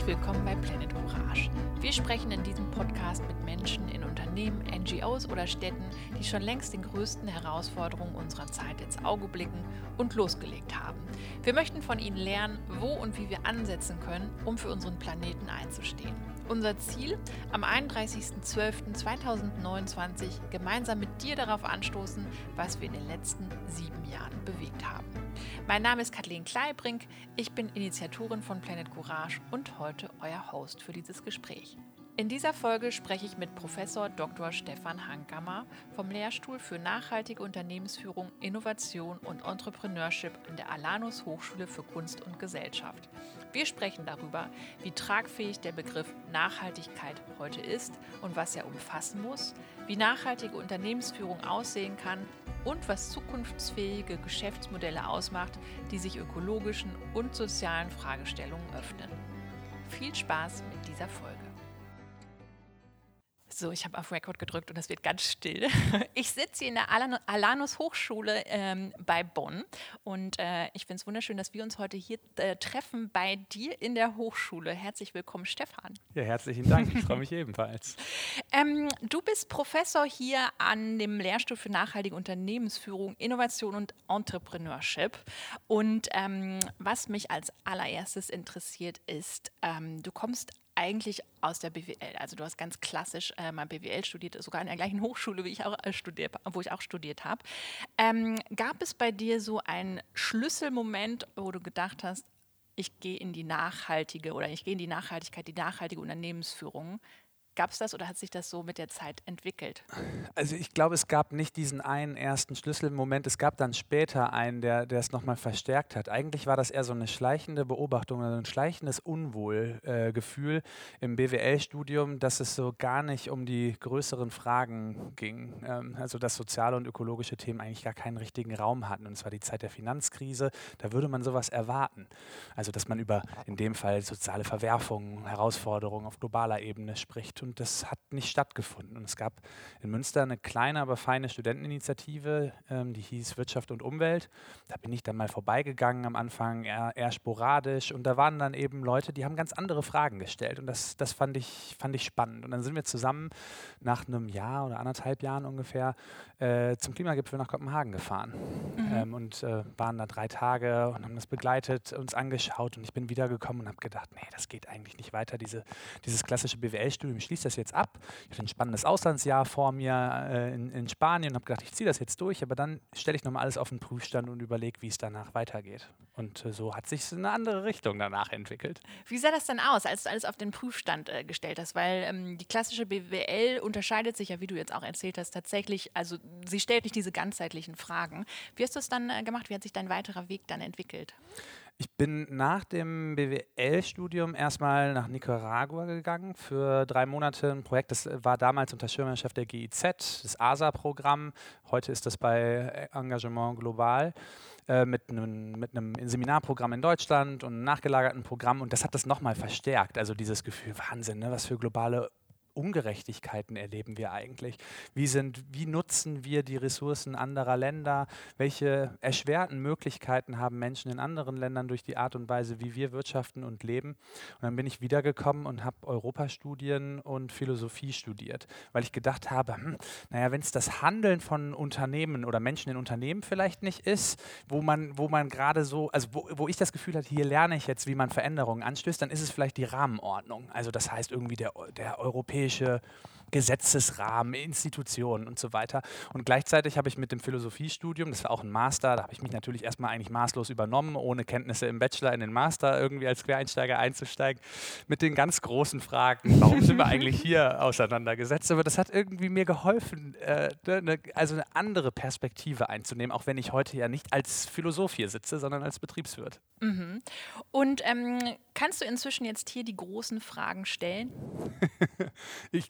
willkommen bei Planet Courage. Wir sprechen in diesem Podcast mit Menschen in Unternehmen, NGOs oder Städten, die schon längst den größten Herausforderungen unserer Zeit ins Auge blicken und losgelegt haben. Wir möchten von ihnen lernen, wo und wie wir ansetzen können, um für unseren Planeten einzustehen. Unser Ziel, am 31.12.2029 gemeinsam mit dir darauf anstoßen, was wir in den letzten 7 Jahren bewegt haben. Mein Name ist Kathleen Kleibrink, ich bin Initiatorin von Planet Courage und heute euer Host für dieses Gespräch. In dieser Folge spreche ich mit Professor Dr. Stefan Hankamer vom Lehrstuhl für nachhaltige Unternehmensführung, Innovation und Entrepreneurship an der Alanus Hochschule für Kunst und Gesellschaft. Wir sprechen darüber, wie tragfähig der Begriff Nachhaltigkeit heute ist und was er umfassen muss, wie nachhaltige Unternehmensführung aussehen kann und was zukunftsfähige Geschäftsmodelle ausmacht, die sich ökologischen und sozialen Fragestellungen öffnen. Viel Spaß mit dieser Folge. So, ich habe auf Record gedrückt und es wird ganz still. Ich sitze hier in der Alanus Hochschule bei Bonn und ich finde es wunderschön, dass wir uns heute hier treffen bei dir in der Hochschule. Herzlich willkommen, Stefan. Ja, herzlichen Dank. Ich freue mich ebenfalls. Du bist Professor hier an dem Lehrstuhl für nachhaltige Unternehmensführung, Innovation und Entrepreneurship. Und was mich als allererstes interessiert ist, du kommst eigentlich aus der BWL. Also du hast ganz klassisch mal BWL studiert, sogar an der gleichen Hochschule, wo ich auch studiert habe. Gab es bei dir so einen Schlüsselmoment, wo du gedacht hast, ich gehe in die Nachhaltigkeit, die nachhaltige Unternehmensführung? Gab es das oder hat sich das so mit der Zeit entwickelt? Also ich glaube, es gab nicht diesen einen ersten Schlüsselmoment. Es gab dann später einen, der es nochmal verstärkt hat. Eigentlich war das eher so eine schleichende Beobachtung, also ein schleichendes Unwohlgefühl im BWL-Studium, dass es so gar nicht um die größeren Fragen ging. Also dass soziale und ökologische Themen eigentlich gar keinen richtigen Raum hatten. Und es war die Zeit der Finanzkrise. Da würde man sowas erwarten. Also dass man über, in dem Fall, soziale Verwerfungen, Herausforderungen auf globaler Ebene spricht. Und das hat nicht stattgefunden. Und es gab in Münster eine kleine, aber feine Studenteninitiative, die hieß Wirtschaft und Umwelt. Da bin ich dann mal vorbeigegangen, am Anfang eher sporadisch. Und da waren dann eben Leute, die haben ganz andere Fragen gestellt. Und das fand ich spannend. Und dann sind wir zusammen nach einem Jahr oder 1,5 Jahren ungefähr zum Klimagipfel nach Kopenhagen gefahren. Und waren da 3 Tage und haben das begleitet, uns angeschaut. Und ich bin wiedergekommen und habe gedacht, nee, das geht eigentlich nicht weiter. Dieses klassische BWL-Studium schließt das jetzt ab. Ich hatte ein spannendes Auslandsjahr vor mir in Spanien und habe gedacht, ich ziehe das jetzt durch, aber dann stelle ich nochmal alles auf den Prüfstand und überlege, wie es danach weitergeht. Und so hat sich eine andere Richtung danach entwickelt. Wie sah das dann aus, als du alles auf den Prüfstand gestellt hast? Weil die klassische BWL unterscheidet sich ja, wie du jetzt auch erzählt hast, tatsächlich, also sie stellt nicht diese ganzheitlichen Fragen. Wie hast du es dann gemacht? Wie hat sich dein weiterer Weg dann entwickelt? Ich bin nach dem BWL-Studium erstmal nach Nicaragua gegangen für 3 Monate. Ein Projekt, das war damals unter Schirmherrschaft der GIZ, das ASA-Programm. Heute ist das bei Engagement Global mit einem Seminarprogramm in Deutschland und einem nachgelagerten Programm. Und das hat das nochmal verstärkt. Also dieses Gefühl, Wahnsinn, ne? Was für globale Ungerechtigkeiten erleben wir eigentlich? Wie nutzen wir die Ressourcen anderer Länder? Welche erschwerten Möglichkeiten haben Menschen in anderen Ländern durch die Art und Weise, wie wir wirtschaften und leben? Und dann bin ich wiedergekommen und habe Europastudien und Philosophie studiert, weil ich gedacht habe, wenn es das Handeln von Unternehmen oder Menschen in Unternehmen vielleicht nicht ist, wo man gerade so, also wo ich das Gefühl habe, hier lerne ich jetzt, wie man Veränderungen anstößt, dann ist es vielleicht die Rahmenordnung. Also das heißt irgendwie der europäische Gesetzesrahmen, Institutionen und so weiter. Und gleichzeitig habe ich mit dem Philosophiestudium, das war auch ein Master, da habe ich mich natürlich erstmal eigentlich maßlos übernommen, ohne Kenntnisse im Bachelor in den Master irgendwie als Quereinsteiger einzusteigen, mit den ganz großen Fragen, warum sind wir eigentlich hier auseinandergesetzt? Aber das hat irgendwie mir geholfen, also eine andere Perspektive einzunehmen, auch wenn ich heute ja nicht als Philosoph hier sitze, sondern als Betriebswirt. Mhm. Und kannst du inzwischen jetzt hier die großen Fragen stellen? Ich glaube, viele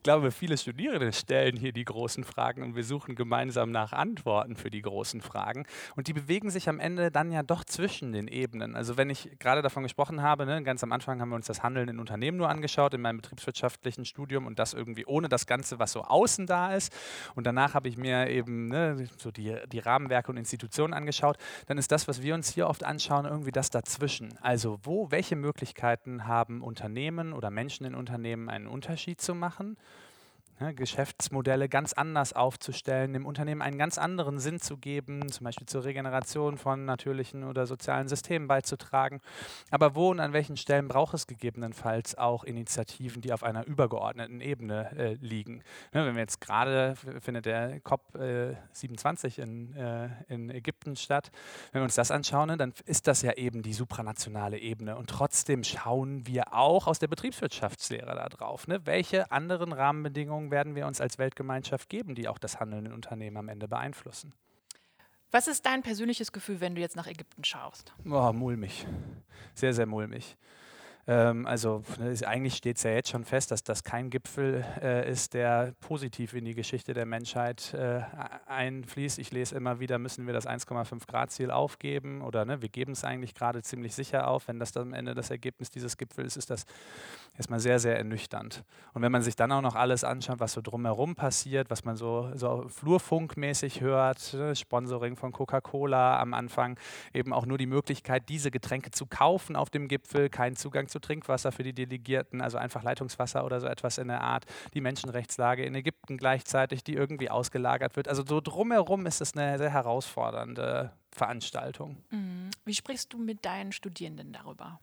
viele Studierende stellen hier die großen Fragen und wir suchen gemeinsam nach Antworten für die großen Fragen. Und die bewegen sich am Ende dann ja doch zwischen den Ebenen. Also wenn ich gerade davon gesprochen habe, ne, ganz am Anfang haben wir uns das Handeln in Unternehmen nur angeschaut, in meinem betriebswirtschaftlichen Studium und das irgendwie ohne das Ganze, was so außen da ist. Und danach habe ich mir eben so die Rahmenwerke und Institutionen angeschaut. Dann ist das, was wir uns hier oft anschauen, irgendwie das dazwischen. Also welche Möglichkeiten haben Unternehmen oder Menschen in Unternehmen einen Unterschied zu machen? Geschäftsmodelle ganz anders aufzustellen, dem Unternehmen einen ganz anderen Sinn zu geben, zum Beispiel zur Regeneration von natürlichen oder sozialen Systemen beizutragen. Aber wo und an welchen Stellen braucht es gegebenenfalls auch Initiativen, die auf einer übergeordneten Ebene liegen? Wenn wir jetzt gerade, findet der COP27 in Ägypten statt, wenn wir uns das anschauen, dann ist das ja eben die supranationale Ebene. Und trotzdem schauen wir auch aus der Betriebswirtschaftslehre da drauf. Welche anderen Rahmenbedingungen werden wir uns als Weltgemeinschaft geben, die auch das Handeln in Unternehmen am Ende beeinflussen? Was ist dein persönliches Gefühl, wenn du jetzt nach Ägypten schaust? Mulmig. Sehr, sehr mulmig. Eigentlich steht es ja jetzt schon fest, dass das kein Gipfel ist, der positiv in die Geschichte der Menschheit einfließt. Ich lese immer wieder, müssen wir das 1,5 Grad Ziel aufgeben oder wir geben es eigentlich gerade ziemlich sicher auf. Wenn das dann am Ende das Ergebnis dieses Gipfels ist, das erstmal sehr, sehr ernüchternd. Und wenn man sich dann auch noch alles anschaut, was so drumherum passiert, was man so flurfunkmäßig hört, Sponsoring von Coca-Cola am Anfang, eben auch nur die Möglichkeit, diese Getränke zu kaufen auf dem Gipfel, keinen Zugang zu Trinkwasser für die Delegierten, also einfach Leitungswasser oder so etwas in der Art, die Menschenrechtslage in Ägypten gleichzeitig, die irgendwie ausgelagert wird. Also so drumherum ist es eine sehr herausfordernde Veranstaltung. Wie sprichst du mit deinen Studierenden darüber?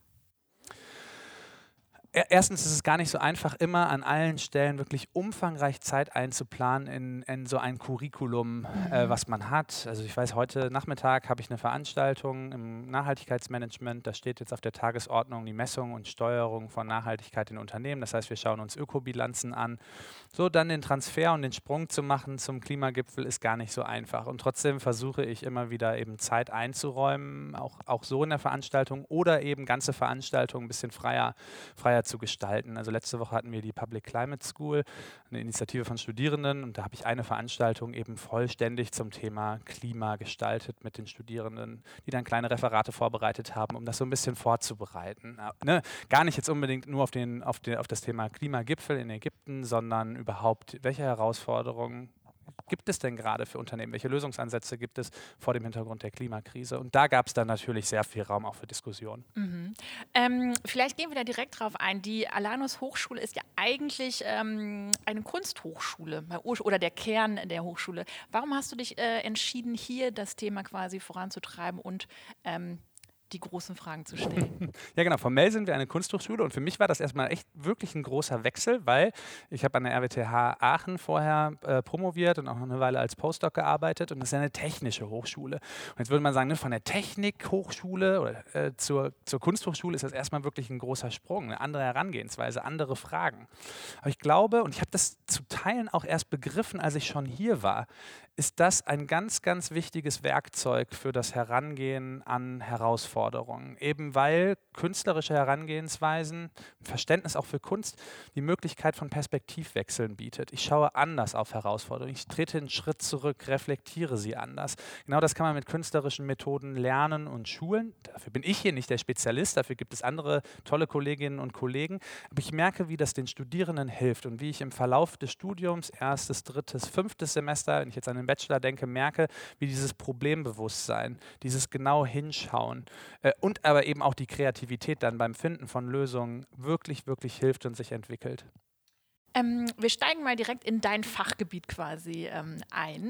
Erstens ist es gar nicht so einfach, immer an allen Stellen wirklich umfangreich Zeit einzuplanen in so ein Curriculum, was man hat. Also ich weiß, heute Nachmittag habe ich eine Veranstaltung im Nachhaltigkeitsmanagement. Da steht jetzt auf der Tagesordnung die Messung und Steuerung von Nachhaltigkeit in Unternehmen. Das heißt, wir schauen uns Ökobilanzen an. So dann den Transfer und den Sprung zu machen zum Klimagipfel ist gar nicht so einfach. Und trotzdem versuche ich immer wieder eben Zeit einzuräumen, auch so in der Veranstaltung oder eben ganze Veranstaltungen ein bisschen freier zu gestalten. Also letzte Woche hatten wir die Public Climate School, eine Initiative von Studierenden, und da habe ich eine Veranstaltung eben vollständig zum Thema Klima gestaltet mit den Studierenden, die dann kleine Referate vorbereitet haben, um das so ein bisschen vorzubereiten. Gar nicht jetzt unbedingt nur auf das Thema Klimagipfel in Ägypten, sondern überhaupt, welche Herausforderungen gibt es denn gerade für Unternehmen? Welche Lösungsansätze gibt es vor dem Hintergrund der Klimakrise? Und da gab es dann natürlich sehr viel Raum auch für Diskussionen. Vielleicht gehen wir da direkt drauf ein. Die Alanus Hochschule ist ja eigentlich eine Kunsthochschule oder der Kern der Hochschule. Warum hast du dich entschieden, hier das Thema quasi voranzutreiben und die großen Fragen zu stellen? Ja, genau. Formell sind wir eine Kunsthochschule und für mich war das erstmal echt wirklich ein großer Wechsel, weil ich habe an der RWTH Aachen vorher promoviert und auch noch eine Weile als Postdoc gearbeitet, und das ist ja eine technische Hochschule. Und jetzt würde man sagen, von der Technikhochschule oder zur Kunsthochschule ist das erstmal wirklich ein großer Sprung, eine andere Herangehensweise, andere Fragen. Aber ich glaube, und ich habe das zu Teilen auch erst begriffen, als ich schon hier war, ist das ein ganz, ganz wichtiges Werkzeug für das Herangehen an Herausforderungen. Eben weil künstlerische Herangehensweisen, Verständnis auch für Kunst, die Möglichkeit von Perspektivwechseln bietet. Ich schaue anders auf Herausforderungen, ich trete einen Schritt zurück, reflektiere sie anders. Genau das kann man mit künstlerischen Methoden lernen und schulen. Dafür bin ich hier nicht der Spezialist, dafür gibt es andere tolle Kolleginnen und Kollegen. Aber ich merke, wie das den Studierenden hilft und wie ich im Verlauf des Studiums, erstes, drittes, fünftes Semester, wenn ich jetzt an den Bachelor denke, merke, wie dieses Problembewusstsein, dieses genau Hinschauen und aber eben auch die Kreativität dann beim Finden von Lösungen wirklich, wirklich hilft und sich entwickelt. Wir steigen mal direkt in dein Fachgebiet quasi ein.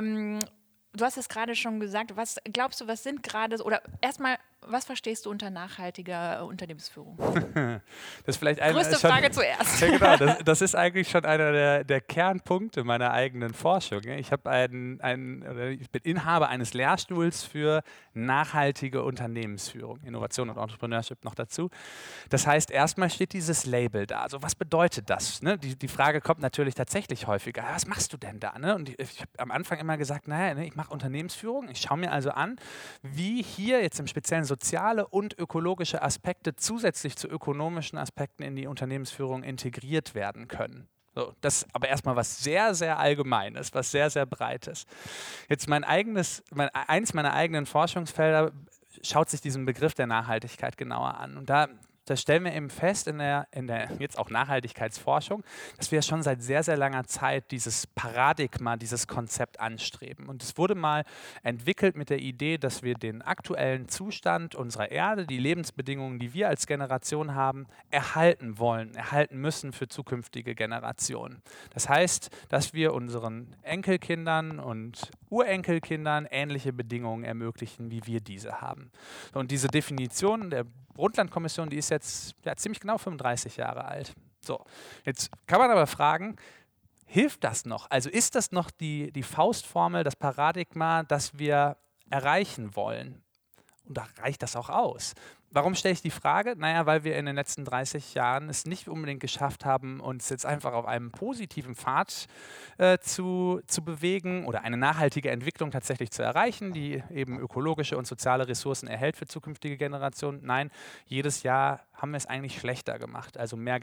Du hast es gerade schon gesagt. Was glaubst du, was sind gerade, oder erstmal, was verstehst du unter nachhaltiger Unternehmensführung? Das ist vielleicht eine größte Frage zuerst. Ja, genau, das ist eigentlich schon einer der Kernpunkte meiner eigenen Forschung. Ich bin Inhaber eines Lehrstuhls für nachhaltige Unternehmensführung, Innovation und Entrepreneurship noch dazu. Das heißt, erstmal steht dieses Label da. Also was bedeutet das? Die Frage kommt natürlich tatsächlich häufiger. Was machst du denn da? Und ich habe am Anfang immer gesagt, ich mache Unternehmensführung. Ich schaue mir also an, wie hier jetzt im Speziellen soziale und ökologische Aspekte zusätzlich zu ökonomischen Aspekten in die Unternehmensführung integriert werden können. So, das ist aber erstmal was sehr, sehr Allgemeines, was sehr, sehr Breites. Jetzt eins meiner eigenen Forschungsfelder schaut sich diesen Begriff der Nachhaltigkeit genauer an. Und da stellen wir eben fest in der jetzt auch Nachhaltigkeitsforschung, dass wir schon seit sehr, sehr langer Zeit dieses Paradigma, dieses Konzept anstreben. Und es wurde mal entwickelt mit der Idee, dass wir den aktuellen Zustand unserer Erde, die Lebensbedingungen, die wir als Generation haben, erhalten wollen, erhalten müssen für zukünftige Generationen. Das heißt, dass wir unseren Enkelkindern und Urenkelkindern ähnliche Bedingungen ermöglichen, wie wir diese haben. Und diese Definition der Brundtland-Kommission, die ist jetzt ziemlich genau 35 Jahre alt. So, jetzt kann man aber fragen, hilft das noch? Also ist das noch die Faustformel, das Paradigma, das wir erreichen wollen? Und da reicht das auch aus. Warum stelle ich die Frage? Naja, weil wir in den letzten 30 Jahren es nicht unbedingt geschafft haben, uns jetzt einfach auf einem positiven Pfad zu bewegen oder eine nachhaltige Entwicklung tatsächlich zu erreichen, die eben ökologische und soziale Ressourcen erhält für zukünftige Generationen. Nein, jedes Jahr haben wir es eigentlich schlechter gemacht. Also mehr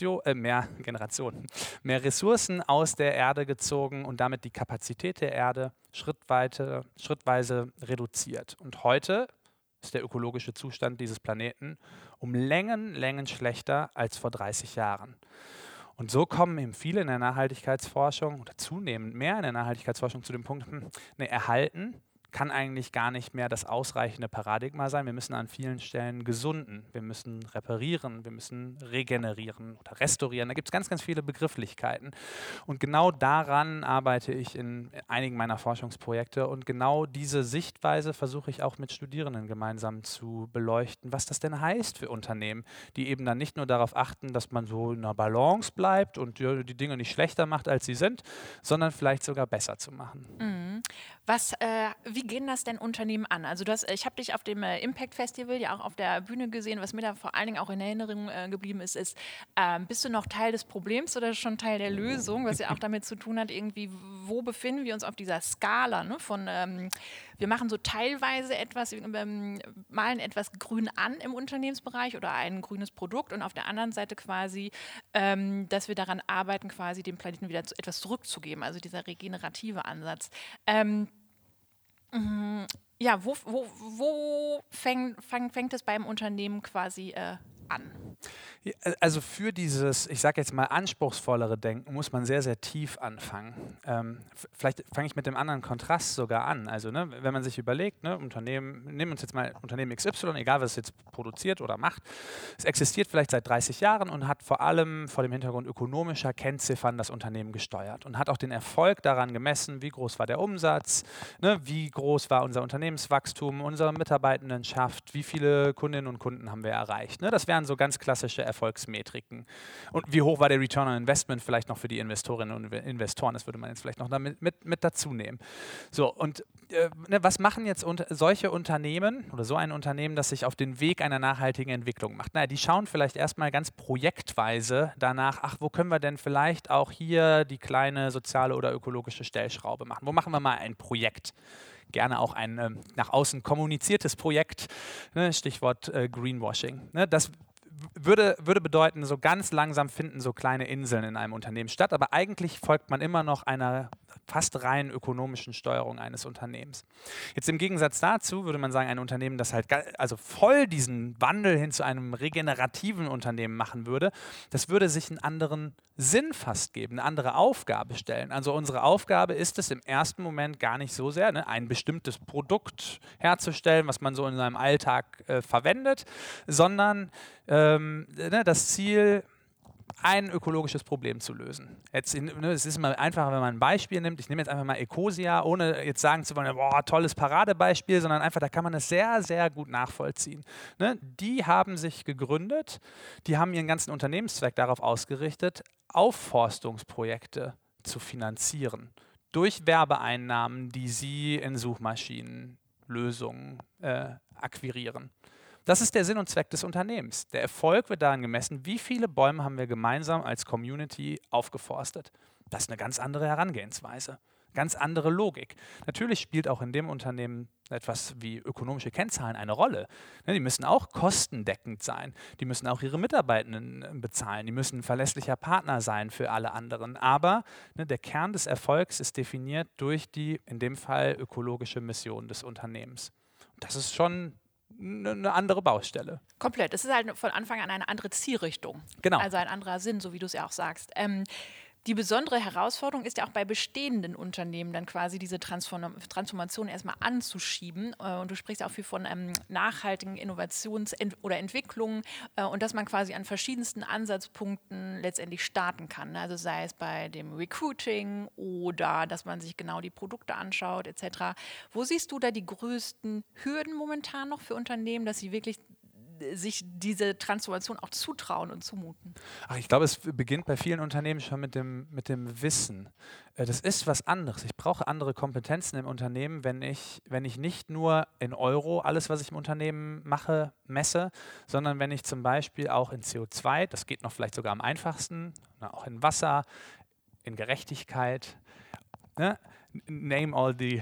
Ressourcen aus der Erde gezogen und damit die Kapazität der Erde schrittweise reduziert. Und heute ist der ökologische Zustand dieses Planeten um Längen schlechter als vor 30 Jahren. Und so kommen eben viele in der Nachhaltigkeitsforschung oder zunehmend mehr in der Nachhaltigkeitsforschung zu dem Punkt, erhalten kann eigentlich gar nicht mehr das ausreichende Paradigma sein. Wir müssen an vielen Stellen gesunden, wir müssen reparieren, wir müssen regenerieren oder restaurieren. Da gibt es ganz viele Begrifflichkeiten. Und genau daran arbeite ich in einigen meiner Forschungsprojekte. Und genau diese Sichtweise versuche ich auch mit Studierenden gemeinsam zu beleuchten, was das denn heißt für Unternehmen, die eben dann nicht nur darauf achten, dass man so in einer Balance bleibt und die Dinge nicht schlechter macht, als sie sind, sondern vielleicht sogar besser zu machen. Mhm. Wie gehen das denn Unternehmen an? Also ich habe dich auf dem Impact Festival ja auch auf der Bühne gesehen. Was mir da vor allen Dingen auch in Erinnerung geblieben ist, bist du noch Teil des Problems oder schon Teil der Lösung? Was ja auch damit zu tun hat, irgendwie, wo befinden wir uns auf dieser Skala, ne? Wir machen so teilweise etwas, malen etwas grün an im Unternehmensbereich oder ein grünes Produkt und auf der anderen Seite quasi, dass wir daran arbeiten, quasi dem Planeten wieder etwas zurückzugeben, also dieser regenerative Ansatz. Ja, wo fängt es beim Unternehmen quasi an? Ja, also für dieses, ich sage jetzt mal, anspruchsvollere Denken muss man sehr, sehr tief anfangen. Vielleicht fange ich mit dem anderen Kontrast sogar an. Also wenn man sich überlegt, nehmen wir uns jetzt mal Unternehmen XY, egal was es jetzt produziert oder macht, es existiert vielleicht seit 30 Jahren und hat vor allem vor dem Hintergrund ökonomischer Kennziffern das Unternehmen gesteuert und hat auch den Erfolg daran gemessen, wie groß war der Umsatz, wie groß war unser Unternehmenswachstum, unsere Mitarbeitendenschaft, wie viele Kundinnen und Kunden haben wir erreicht. Das wären so ganz klassische Erfolgsmetriken. Und wie hoch war der Return on Investment vielleicht noch für die Investorinnen und Investoren? Das würde man jetzt vielleicht noch damit mit dazu nehmen. So, und was machen jetzt solche Unternehmen oder so ein Unternehmen, das sich auf den Weg einer nachhaltigen Entwicklung macht? Naja, die schauen vielleicht erstmal ganz projektweise danach, wo können wir denn vielleicht auch hier die kleine soziale oder ökologische Stellschraube machen? Wo machen wir mal ein Projekt? Gerne auch ein nach außen kommuniziertes Projekt, Stichwort Greenwashing. Das würde bedeuten, so ganz langsam finden so kleine Inseln in einem Unternehmen statt, aber eigentlich folgt man immer noch einer fast rein ökonomischen Steuerung eines Unternehmens. Jetzt im Gegensatz dazu würde man sagen, ein Unternehmen, das halt voll diesen Wandel hin zu einem regenerativen Unternehmen machen würde, das würde sich einen anderen Sinn fast geben, eine andere Aufgabe stellen. Also unsere Aufgabe ist es im ersten Moment gar nicht so sehr, ein bestimmtes Produkt herzustellen, was man so in seinem Alltag verwendet, sondern das Ziel, ein ökologisches Problem zu lösen. Es ist immer einfacher, wenn man ein Beispiel nimmt. Ich nehme jetzt einfach mal Ecosia, ohne jetzt sagen zu wollen, boah, tolles Paradebeispiel, sondern einfach, da kann man es sehr, sehr gut nachvollziehen. Die haben sich gegründet, die haben ihren ganzen Unternehmenszweck darauf ausgerichtet, Aufforstungsprojekte zu finanzieren. Durch Werbeeinnahmen, die sie in Suchmaschinenlösungen akquirieren. Das ist der Sinn und Zweck des Unternehmens. Der Erfolg wird daran gemessen, wie viele Bäume haben wir gemeinsam als Community aufgeforstet. Das ist eine ganz andere Herangehensweise. Ganz andere Logik. Natürlich spielt auch in dem Unternehmen etwas wie ökonomische Kennzahlen eine Rolle. Ne, die müssen auch kostendeckend sein. Die müssen auch ihre Mitarbeitenden bezahlen. Die müssen ein verlässlicher Partner sein für alle anderen. Aber der Kern des Erfolgs ist definiert durch die, in dem Fall, ökologische Mission des Unternehmens. Und das ist schon eine andere Baustelle. Komplett. Es ist halt von Anfang an eine andere Zielrichtung. Genau. Also ein anderer Sinn, so wie du es ja auch sagst. Die besondere Herausforderung ist ja auch bei bestehenden Unternehmen dann quasi diese Transformation erstmal anzuschieben. Und du sprichst auch viel von nachhaltigen oder Entwicklungen und dass man quasi an verschiedensten Ansatzpunkten letztendlich starten kann. Also sei es bei dem Recruiting oder dass man sich genau die Produkte anschaut etc. Wo siehst du da die größten Hürden momentan noch für Unternehmen, dass sie wirklich sich diese Transformation auch zutrauen und zumuten? Ich glaube, es beginnt bei vielen Unternehmen schon mit dem Wissen. Das ist was anderes. Ich brauche andere Kompetenzen im Unternehmen, wenn ich nicht nur in Euro alles, was ich im Unternehmen mache, messe, sondern wenn ich zum Beispiel auch in CO2, das geht noch vielleicht sogar am einfachsten, auch in Wasser, in Gerechtigkeit, ne? Nenn all die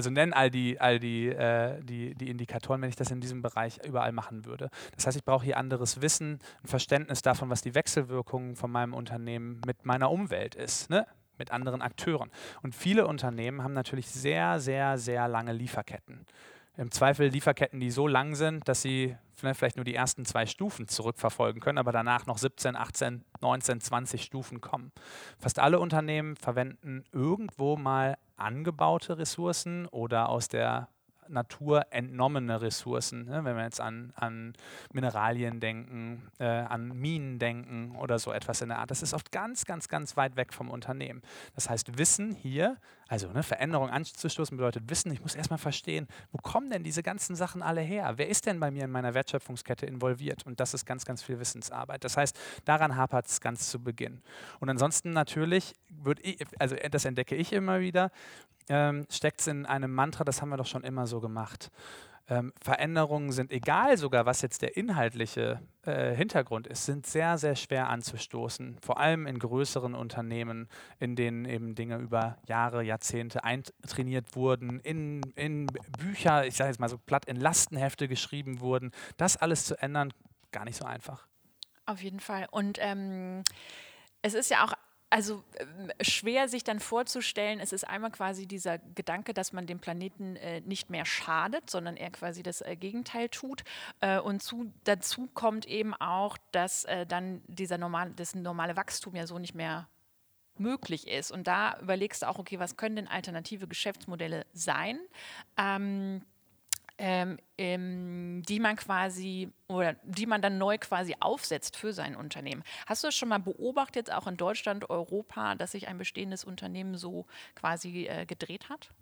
Indikatoren, wenn ich das in diesem Bereich überall machen würde. Das heißt, ich brauche hier anderes Wissen, ein Verständnis davon, was die Wechselwirkung von meinem Unternehmen mit meiner Umwelt ist, ne? Mit anderen Akteuren. Und viele Unternehmen haben natürlich sehr, sehr, sehr lange Lieferketten. Im Zweifel Lieferketten, die so lang sind, dass sie vielleicht nur die ersten 2 Stufen zurückverfolgen können, aber danach noch 17, 18, 19, 20 Stufen kommen. Fast alle Unternehmen verwenden irgendwo mal angebaute Ressourcen oder aus der Natur entnommene Ressourcen, ne? Wenn wir jetzt an Mineralien denken, an Minen denken oder so etwas in der Art. Das ist oft ganz, ganz, ganz weit weg vom Unternehmen. Das heißt, Wissen hier, also Veränderung anzustoßen bedeutet Wissen, ich muss erstmal verstehen, wo kommen denn diese ganzen Sachen alle her? Wer ist denn bei mir in meiner Wertschöpfungskette involviert? Und das ist ganz, ganz viel Wissensarbeit. Das heißt, daran hapert es ganz zu Beginn. Und ansonsten natürlich, das entdecke ich immer wieder, steckt es in einem Mantra, das haben wir doch schon immer so gemacht. Veränderungen sind, egal sogar, was jetzt der inhaltliche Hintergrund ist, sind sehr, sehr schwer anzustoßen. Vor allem in größeren Unternehmen, in denen eben Dinge über Jahre, Jahrzehnte eintrainiert wurden, in Bücher, ich sage jetzt mal so platt, in Lastenhefte geschrieben wurden. Das alles zu ändern, gar nicht so einfach. Auf jeden Fall. Und es ist ja auch schwer sich dann vorzustellen, es ist einmal quasi dieser Gedanke, dass man dem Planeten nicht mehr schadet, sondern eher quasi das Gegenteil tut. Und dazu kommt eben auch, dass dann das normale Wachstum ja so nicht mehr möglich ist. Und da überlegst du auch, okay, was können denn alternative Geschäftsmodelle sein? Die man dann neu quasi aufsetzt für sein Unternehmen. Hast du das schon mal beobachtet, jetzt auch in Deutschland, Europa, dass sich ein bestehendes Unternehmen so quasi gedreht hat?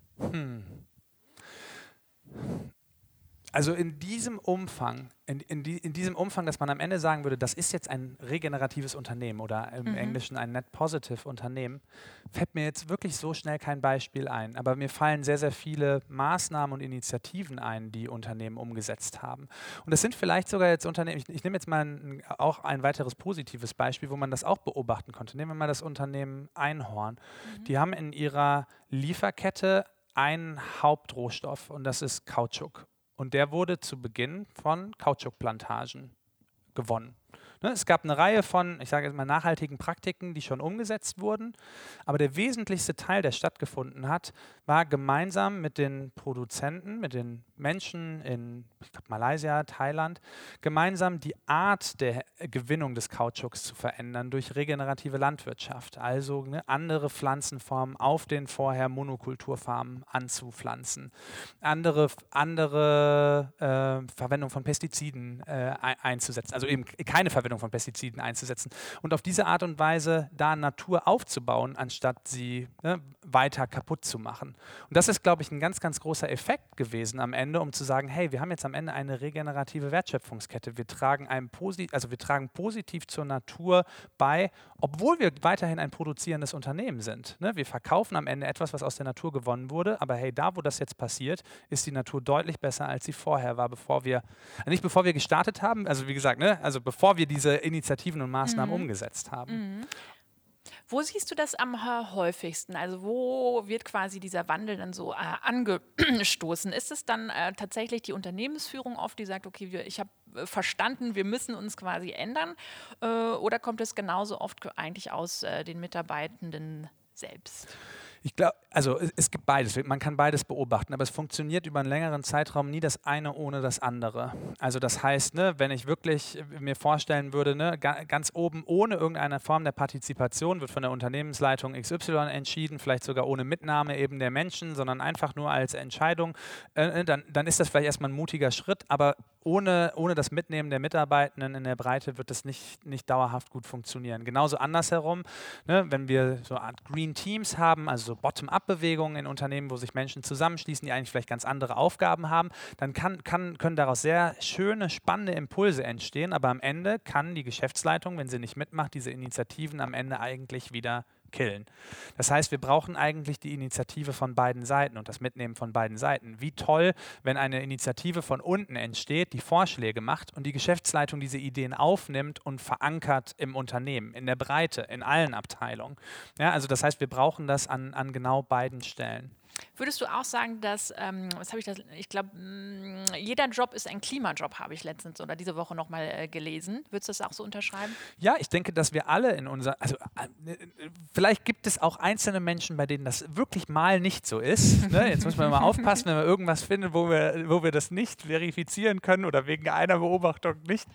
Also in diesem Umfang, dass man am Ende sagen würde, das ist jetzt ein regeneratives Unternehmen oder im Englischen ein Net Positive Unternehmen, fällt mir jetzt wirklich so schnell kein Beispiel ein. Aber mir fallen sehr, sehr viele Maßnahmen und Initiativen ein, die Unternehmen umgesetzt haben. Und das sind vielleicht sogar jetzt Unternehmen, ich nehme jetzt mal auch ein weiteres positives Beispiel, wo man das auch beobachten konnte. Nehmen wir mal das Unternehmen Einhorn. Die haben in ihrer Lieferkette einen Hauptrohstoff und das ist Kautschuk. Und der wurde zu Beginn von Kautschukplantagen gewonnen. Es gab eine Reihe von, ich sage jetzt mal, nachhaltigen Praktiken, die schon umgesetzt wurden. Aber der wesentlichste Teil, der stattgefunden hat, war gemeinsam mit den Produzenten, mit den Menschen in Malaysia, Thailand, gemeinsam die Art der Gewinnung des Kautschuks zu verändern durch regenerative Landwirtschaft. Also andere Pflanzenformen auf den vorher Monokulturfarmen anzupflanzen. Andere Verwendung von Pestiziden einzusetzen. Also eben keine Verwendung von Pestiziden einzusetzen und auf diese Art und Weise da Natur aufzubauen, anstatt sie weiter kaputt zu machen. Und das ist, glaube ich, ein ganz, ganz großer Effekt gewesen am Ende, um zu sagen, hey, wir haben jetzt am Ende eine regenerative Wertschöpfungskette. Wir tragen positiv zur Natur bei, obwohl wir weiterhin ein produzierendes Unternehmen sind. Wir verkaufen am Ende etwas, was aus der Natur gewonnen wurde, aber hey, da, wo das jetzt passiert, ist die Natur deutlich besser, als sie vorher war, bevor wir gestartet haben, also wie gesagt, also bevor wir diese Initiativen und Maßnahmen umgesetzt haben. Wo siehst du das am häufigsten? Also wo wird quasi dieser Wandel dann so angestoßen? Ist es dann tatsächlich die Unternehmensführung oft, die sagt, okay, ich habe verstanden, wir müssen uns quasi ändern? Oder kommt es genauso oft eigentlich aus den Mitarbeitenden selbst? Ich glaube, also es gibt beides. Man kann beides beobachten, aber es funktioniert über einen längeren Zeitraum nie das eine ohne das andere. Also das heißt, ne, wenn ich wirklich mir vorstellen würde, ne, ganz oben ohne irgendeine Form der Partizipation wird von der Unternehmensleitung XY entschieden, vielleicht sogar ohne Mitnahme eben der Menschen, sondern einfach nur als Entscheidung, dann ist das vielleicht erstmal ein mutiger Schritt, aber ohne das Mitnehmen der Mitarbeitenden in der Breite wird das nicht dauerhaft gut funktionieren. Genauso andersherum, ne, wenn wir so eine Art Green Teams haben, also so Bottom-up-Bewegungen in Unternehmen, wo sich Menschen zusammenschließen, die eigentlich vielleicht ganz andere Aufgaben haben, dann können daraus sehr schöne, spannende Impulse entstehen, aber am Ende kann die Geschäftsleitung, wenn sie nicht mitmacht, diese Initiativen am Ende eigentlich wieder killen. Das heißt, wir brauchen eigentlich die Initiative von beiden Seiten und das Mitnehmen von beiden Seiten. Wie toll, wenn eine Initiative von unten entsteht, die Vorschläge macht und die Geschäftsleitung diese Ideen aufnimmt und verankert im Unternehmen, in der Breite, in allen Abteilungen. Ja, also das heißt, wir brauchen das an genau beiden Stellen. Würdest du auch sagen, dass, ich glaube, jeder Job ist ein Klimajob, habe ich letztens oder diese Woche nochmal gelesen. Würdest du das auch so unterschreiben? Ja, ich denke, dass wir alle vielleicht gibt es auch einzelne Menschen, bei denen das wirklich mal nicht so ist. Ne? Jetzt muss man mal aufpassen, wenn wir irgendwas finden, wo wir das nicht verifizieren können oder wegen einer Beobachtung nicht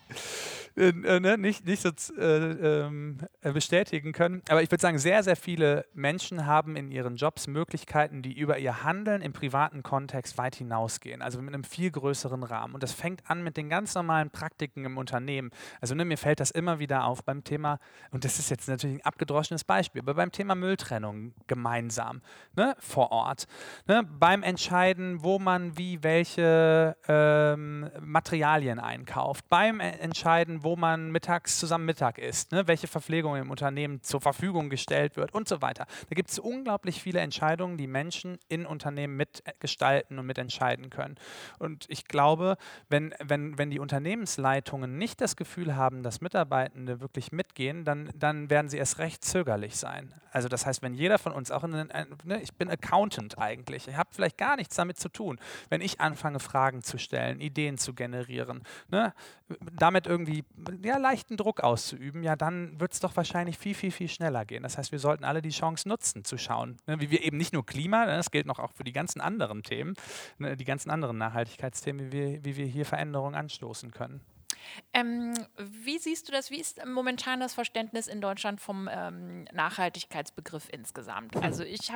bestätigen können. Aber ich würde sagen, sehr, sehr viele Menschen haben in ihren Jobs Möglichkeiten, die über ihr Handeln im privaten Kontext weit hinausgehen, also mit einem viel größeren Rahmen. Und das fängt an mit den ganz normalen Praktiken im Unternehmen. Also mir fällt das immer wieder auf beim Thema, und das ist jetzt natürlich ein abgedroschenes Beispiel, aber beim Thema Mülltrennung gemeinsam, ne, vor Ort. Ne, beim Entscheiden, wo man wie welche Materialien einkauft, beim Entscheiden, wo man mittags zusammen Mittag isst, ne, welche Verpflegung im Unternehmen zur Verfügung gestellt wird und so weiter. Da gibt es unglaublich viele Entscheidungen, die Menschen in Unternehmen mitgestalten und mitentscheiden können. Und ich glaube, wenn die Unternehmensleitungen nicht das Gefühl haben, dass Mitarbeitende wirklich mitgehen, dann werden sie erst recht zögerlich sein. Also das heißt, wenn jeder von uns auch ich bin Accountant eigentlich, ich habe vielleicht gar nichts damit zu tun, wenn ich anfange, Fragen zu stellen, Ideen zu generieren, ne, damit irgendwie leichten Druck auszuüben, ja, dann wird es doch wahrscheinlich viel, viel, viel schneller gehen. Das heißt, wir sollten alle die Chance nutzen, zu schauen, ne, wie wir eben nicht nur Klima, das gilt noch auch für die ganzen anderen Themen, ne, die ganzen anderen Nachhaltigkeitsthemen, wie wir hier Veränderungen anstoßen können. Wie siehst du das? Wie ist momentan das Verständnis in Deutschland vom Nachhaltigkeitsbegriff insgesamt? Also ich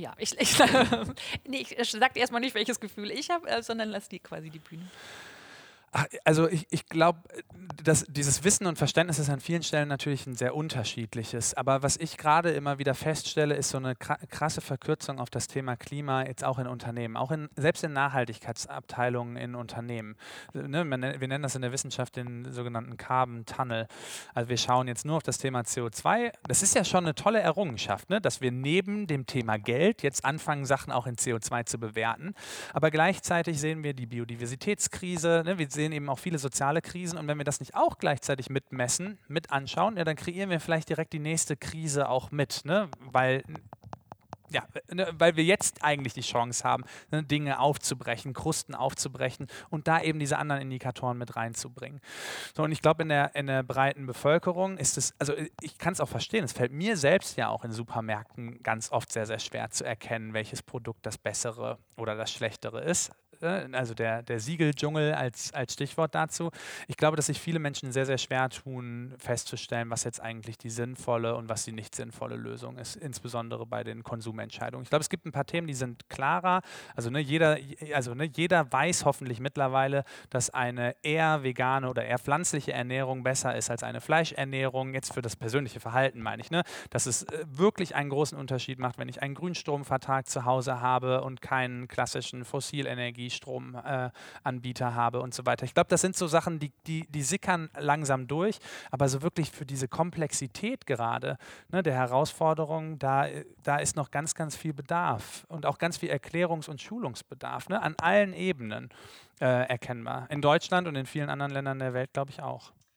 sag dir erstmal nicht, welches Gefühl ich habe, sondern lass dir quasi die Bühne. Also ich glaube, dass dieses Wissen und Verständnis ist an vielen Stellen natürlich ein sehr unterschiedliches. Aber was ich gerade immer wieder feststelle, ist so eine krasse Verkürzung auf das Thema Klima jetzt auch in Unternehmen, selbst in Nachhaltigkeitsabteilungen in Unternehmen. Ne, wir nennen das in der Wissenschaft den sogenannten Carbon Tunnel. Also wir schauen jetzt nur auf das Thema CO2. Das ist ja schon eine tolle Errungenschaft, ne, dass wir neben dem Thema Geld jetzt anfangen, Sachen auch in CO2 zu bewerten. Aber gleichzeitig sehen wir die Biodiversitätskrise, ne, wir sehen eben auch viele soziale Krisen und wenn wir das nicht auch gleichzeitig mitmessen, mit anschauen, ja, dann kreieren wir vielleicht direkt die nächste Krise auch mit, ne? Weil wir jetzt eigentlich die Chance haben, ne, Dinge aufzubrechen, Krusten aufzubrechen und da eben diese anderen Indikatoren mit reinzubringen. So, und ich glaube, in der breiten Bevölkerung ist es, also ich kann es auch verstehen, es fällt mir selbst ja auch in Supermärkten ganz oft sehr, sehr schwer zu erkennen, welches Produkt das bessere oder das schlechtere ist. Also der Siegeldschungel als Stichwort dazu. Ich glaube, dass sich viele Menschen sehr, sehr schwer tun, festzustellen, was jetzt eigentlich die sinnvolle und was die nicht sinnvolle Lösung ist, insbesondere bei den Konsumentscheidungen. Ich glaube, es gibt ein paar Themen, die sind klarer. Also jeder weiß hoffentlich mittlerweile, dass eine eher vegane oder eher pflanzliche Ernährung besser ist als eine Fleischernährung. Jetzt für das persönliche Verhalten meine ich, ne? Dass es wirklich einen großen Unterschied macht, wenn ich einen Grünstromvertrag zu Hause habe und keinen klassischen Fossilenergiestromanbieter habe und so weiter. Ich glaube, das sind so Sachen, die sickern langsam durch, aber so wirklich für diese Komplexität gerade, ne, der Herausforderung, da ist noch ganz, ganz viel Bedarf und auch ganz viel Erklärungs- und Schulungsbedarf, ne, an allen Ebenen erkennbar. In Deutschland und in vielen anderen Ländern der Welt, glaube ich, auch.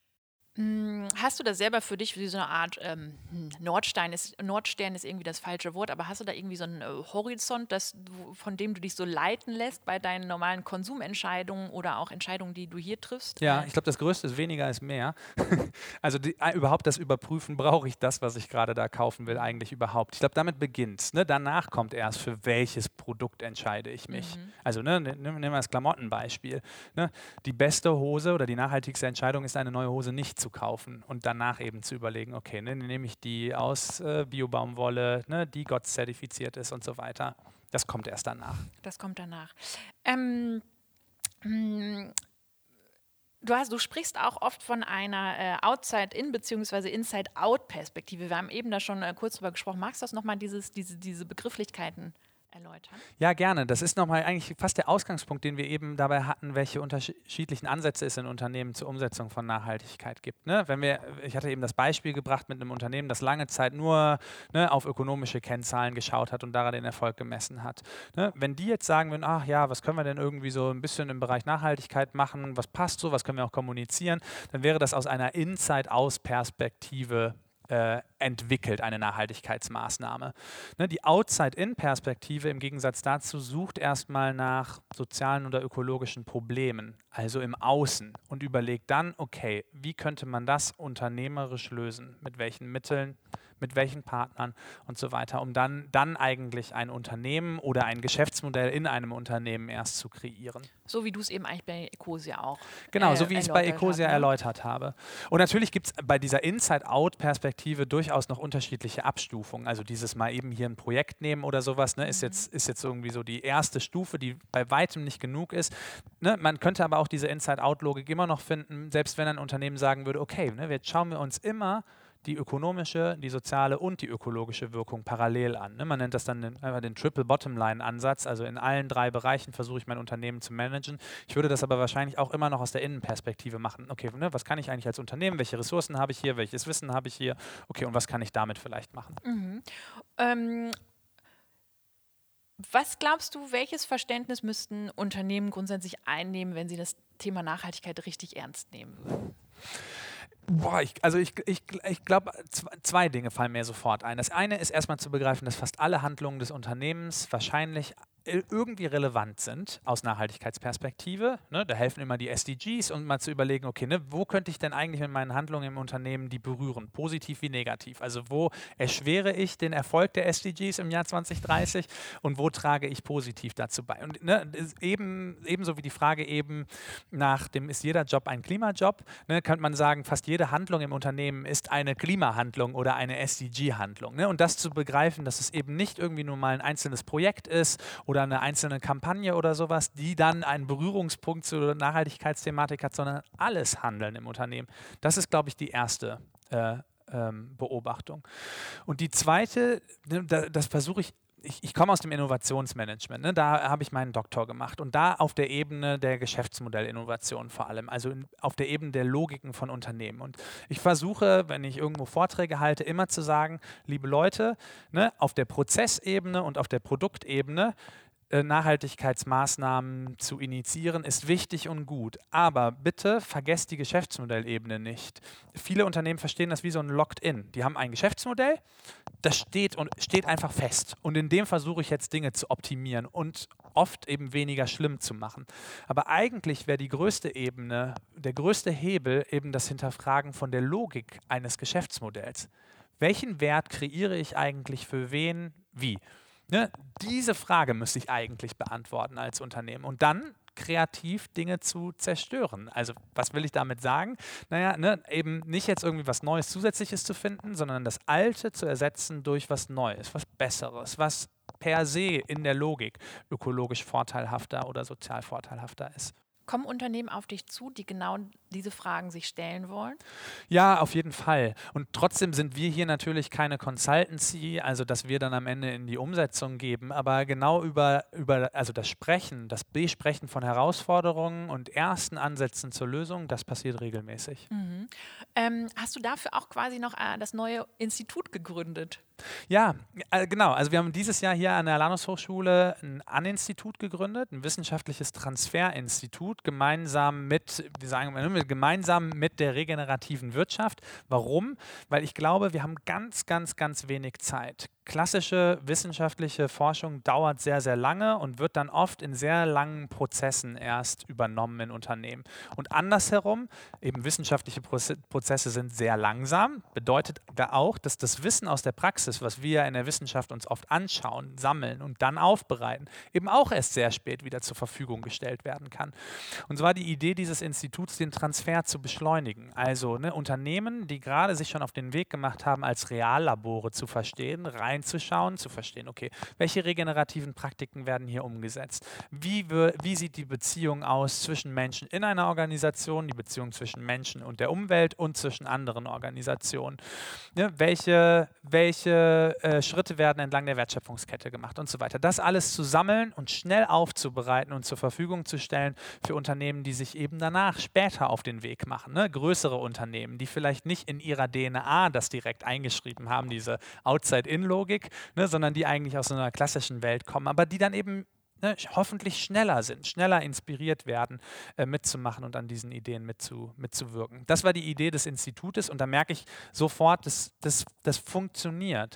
Hast du da selber für dich wie so eine Art Nordstern ist irgendwie das falsche Wort, aber hast du da irgendwie so einen Horizont, von dem du dich so leiten lässt bei deinen normalen Konsumentscheidungen oder auch Entscheidungen, die du hier triffst? Ja, ich glaube, das Größte ist weniger ist mehr. Also überhaupt das Überprüfen, brauche ich das, was ich gerade da kaufen will, eigentlich überhaupt. Ich glaube, damit beginnt's. Ne? Danach kommt erst, für welches Produkt entscheide ich mich. Also nehmen wir das Klamottenbeispiel. Ne? Die beste Hose oder die nachhaltigste Entscheidung ist, eine neue Hose nicht zu kaufen und danach eben zu überlegen, okay, ne, nehme ich die aus Bio-Baumwolle, ne, die Gott-zertifiziert ist und so weiter. Das kommt erst danach. Das kommt danach. Du sprichst auch oft von einer Outside-In- bzw. Inside-Out-Perspektive. Wir haben eben da schon kurz drüber gesprochen. Magst du das nochmal, diese Begrifflichkeiten erläutern? Ja, gerne. Das ist nochmal eigentlich fast der Ausgangspunkt, den wir eben dabei hatten, welche unterschiedlichen Ansätze es in Unternehmen zur Umsetzung von Nachhaltigkeit gibt. Ne? Ich hatte eben das Beispiel gebracht mit einem Unternehmen, das lange Zeit nur auf ökonomische Kennzahlen geschaut hat und daran den Erfolg gemessen hat. Ne? Wenn die jetzt sagen würden, ach ja, was können wir denn irgendwie so ein bisschen im Bereich Nachhaltigkeit machen, was passt so, was können wir auch kommunizieren, dann wäre das aus einer Inside-Out-Perspektive entwickelt, eine Nachhaltigkeitsmaßnahme. Ne, die Outside-In-Perspektive im Gegensatz dazu sucht erstmal nach sozialen oder ökologischen Problemen, also im Außen, und überlegt dann, okay, wie könnte man das unternehmerisch lösen, mit welchen Mitteln, mit welchen Partnern und so weiter, um dann eigentlich ein Unternehmen oder ein Geschäftsmodell in einem Unternehmen erst zu kreieren. So wie du es eben eigentlich bei Ecosia auch Genau, so wie ich es bei Ecosia erläutert habe. Und natürlich gibt es bei dieser Inside-Out-Perspektive durchaus noch unterschiedliche Abstufungen. Also dieses mal eben hier ein Projekt nehmen oder sowas, ne, ist jetzt irgendwie so die erste Stufe, die bei weitem nicht genug ist. Ne, man könnte aber auch diese Inside-Out-Logik immer noch finden, selbst wenn ein Unternehmen sagen würde, okay, ne, jetzt schauen wir uns immer die ökonomische, die soziale und die ökologische Wirkung parallel an. Ne? Man nennt das dann den Triple-Bottom-Line-Ansatz, also in allen 3 Bereichen versuche ich mein Unternehmen zu managen. Ich würde das aber wahrscheinlich auch immer noch aus der Innenperspektive machen. Okay, ne, was kann ich eigentlich als Unternehmen, welche Ressourcen habe ich hier, welches Wissen habe ich hier, okay, und was kann ich damit vielleicht machen? Was glaubst du, welches Verständnis müssten Unternehmen grundsätzlich einnehmen, wenn sie das Thema Nachhaltigkeit richtig ernst nehmen würden? Ich glaube, 2 Dinge fallen mir sofort ein. Das eine ist erstmal zu begreifen, dass fast alle Handlungen des Unternehmens wahrscheinlich irgendwie relevant sind aus Nachhaltigkeitsperspektive. Ne? Da helfen immer die SDGs, um mal zu überlegen, okay, ne, wo könnte ich denn eigentlich mit meinen Handlungen im Unternehmen die berühren, positiv wie negativ? Also wo erschwere ich den Erfolg der SDGs im Jahr 2030 und wo trage ich positiv dazu bei? Und ne, ebenso wie die Frage eben nach dem, ist jeder Job ein Klimajob, ne, könnte man sagen, fast jede Handlung im Unternehmen ist eine Klimahandlung oder eine SDG-Handlung. Ne? Und das zu begreifen, dass es eben nicht irgendwie nur mal ein einzelnes Projekt ist oder eine einzelne Kampagne oder sowas, die dann einen Berührungspunkt zur Nachhaltigkeitsthematik hat, sondern alles Handeln im Unternehmen. Das ist, glaube ich, die erste Beobachtung. Und die zweite, das versuche ich komme aus dem Innovationsmanagement, ne? Da habe ich meinen Doktor gemacht und da auf der Ebene der Geschäftsmodellinnovation vor allem, also auf der Ebene der Logiken von Unternehmen. Und ich versuche, wenn ich irgendwo Vorträge halte, immer zu sagen, liebe Leute, ne, auf der Prozessebene und auf der Produktebene Nachhaltigkeitsmaßnahmen zu initiieren, ist wichtig und gut. Aber bitte vergesst die Geschäftsmodellebene nicht. Viele Unternehmen verstehen das wie so ein Locked-in. Die haben ein Geschäftsmodell, das steht einfach fest. Und in dem versuche ich jetzt Dinge zu optimieren und oft eben weniger schlimm zu machen. Aber eigentlich wäre die größte Ebene, der größte Hebel eben das Hinterfragen von der Logik eines Geschäftsmodells. Welchen Wert kreiere ich eigentlich für wen, wie? Ne, diese Frage müsste ich eigentlich beantworten als Unternehmen und dann kreativ Dinge zu zerstören. Also was will ich damit sagen? Naja, ne, eben nicht jetzt irgendwie was Neues Zusätzliches zu finden, sondern das Alte zu ersetzen durch was Neues, was Besseres, was per se in der Logik ökologisch vorteilhafter oder sozial vorteilhafter ist. Kommen Unternehmen auf dich zu, die genau diese Fragen sich stellen wollen? Ja, auf jeden Fall. Und trotzdem sind wir hier natürlich keine Consultancy, also dass wir dann am Ende in die Umsetzung geben, aber genau über also das Sprechen, das Besprechen von Herausforderungen und ersten Ansätzen zur Lösung, das passiert regelmäßig. Hast du dafür auch quasi noch das neue Institut gegründet? Ja, genau. Also wir haben dieses Jahr hier an der Alanus Hochschule ein AN-Institut gegründet, ein wissenschaftliches Transferinstitut, gemeinsam mit, wir wir gemeinsam mit der regenerativen Wirtschaft. Warum? Weil ich glaube, wir haben ganz, ganz, ganz wenig Zeit. Klassische wissenschaftliche Forschung dauert sehr, sehr lange und wird dann oft in sehr langen Prozessen erst übernommen in Unternehmen. Und andersherum, eben wissenschaftliche Prozesse sind sehr langsam, bedeutet auch, dass das Wissen aus der Praxis, was wir in der Wissenschaft uns oft anschauen, sammeln und dann aufbereiten, eben auch erst sehr spät wieder zur Verfügung gestellt werden kann. Und so war die Idee dieses Instituts, den Transfer zu beschleunigen. Also Unternehmen, die gerade sich schon auf den Weg gemacht haben, als Reallabore zu verstehen, reinzuschauen, zu verstehen, okay, welche regenerativen Praktiken werden hier umgesetzt? Wie sieht die Beziehung aus zwischen Menschen in einer Organisation, die Beziehung zwischen Menschen und der Umwelt und zwischen anderen Organisationen? Welche Schritte werden entlang der Wertschöpfungskette gemacht und so weiter? Das alles zu sammeln und schnell aufzubereiten und zur Verfügung zu stellen für Unternehmen, die sich eben danach später auf den Weg machen. Größere Unternehmen, die vielleicht nicht in ihrer DNA das direkt eingeschrieben haben, diese Outside-In-Logik, sondern die eigentlich aus so einer klassischen Welt kommen, aber die dann eben hoffentlich schneller sind, schneller inspiriert werden, mitzumachen und an diesen Ideen mitzuwirken. Das war die Idee des Institutes und da merke ich sofort, das funktioniert.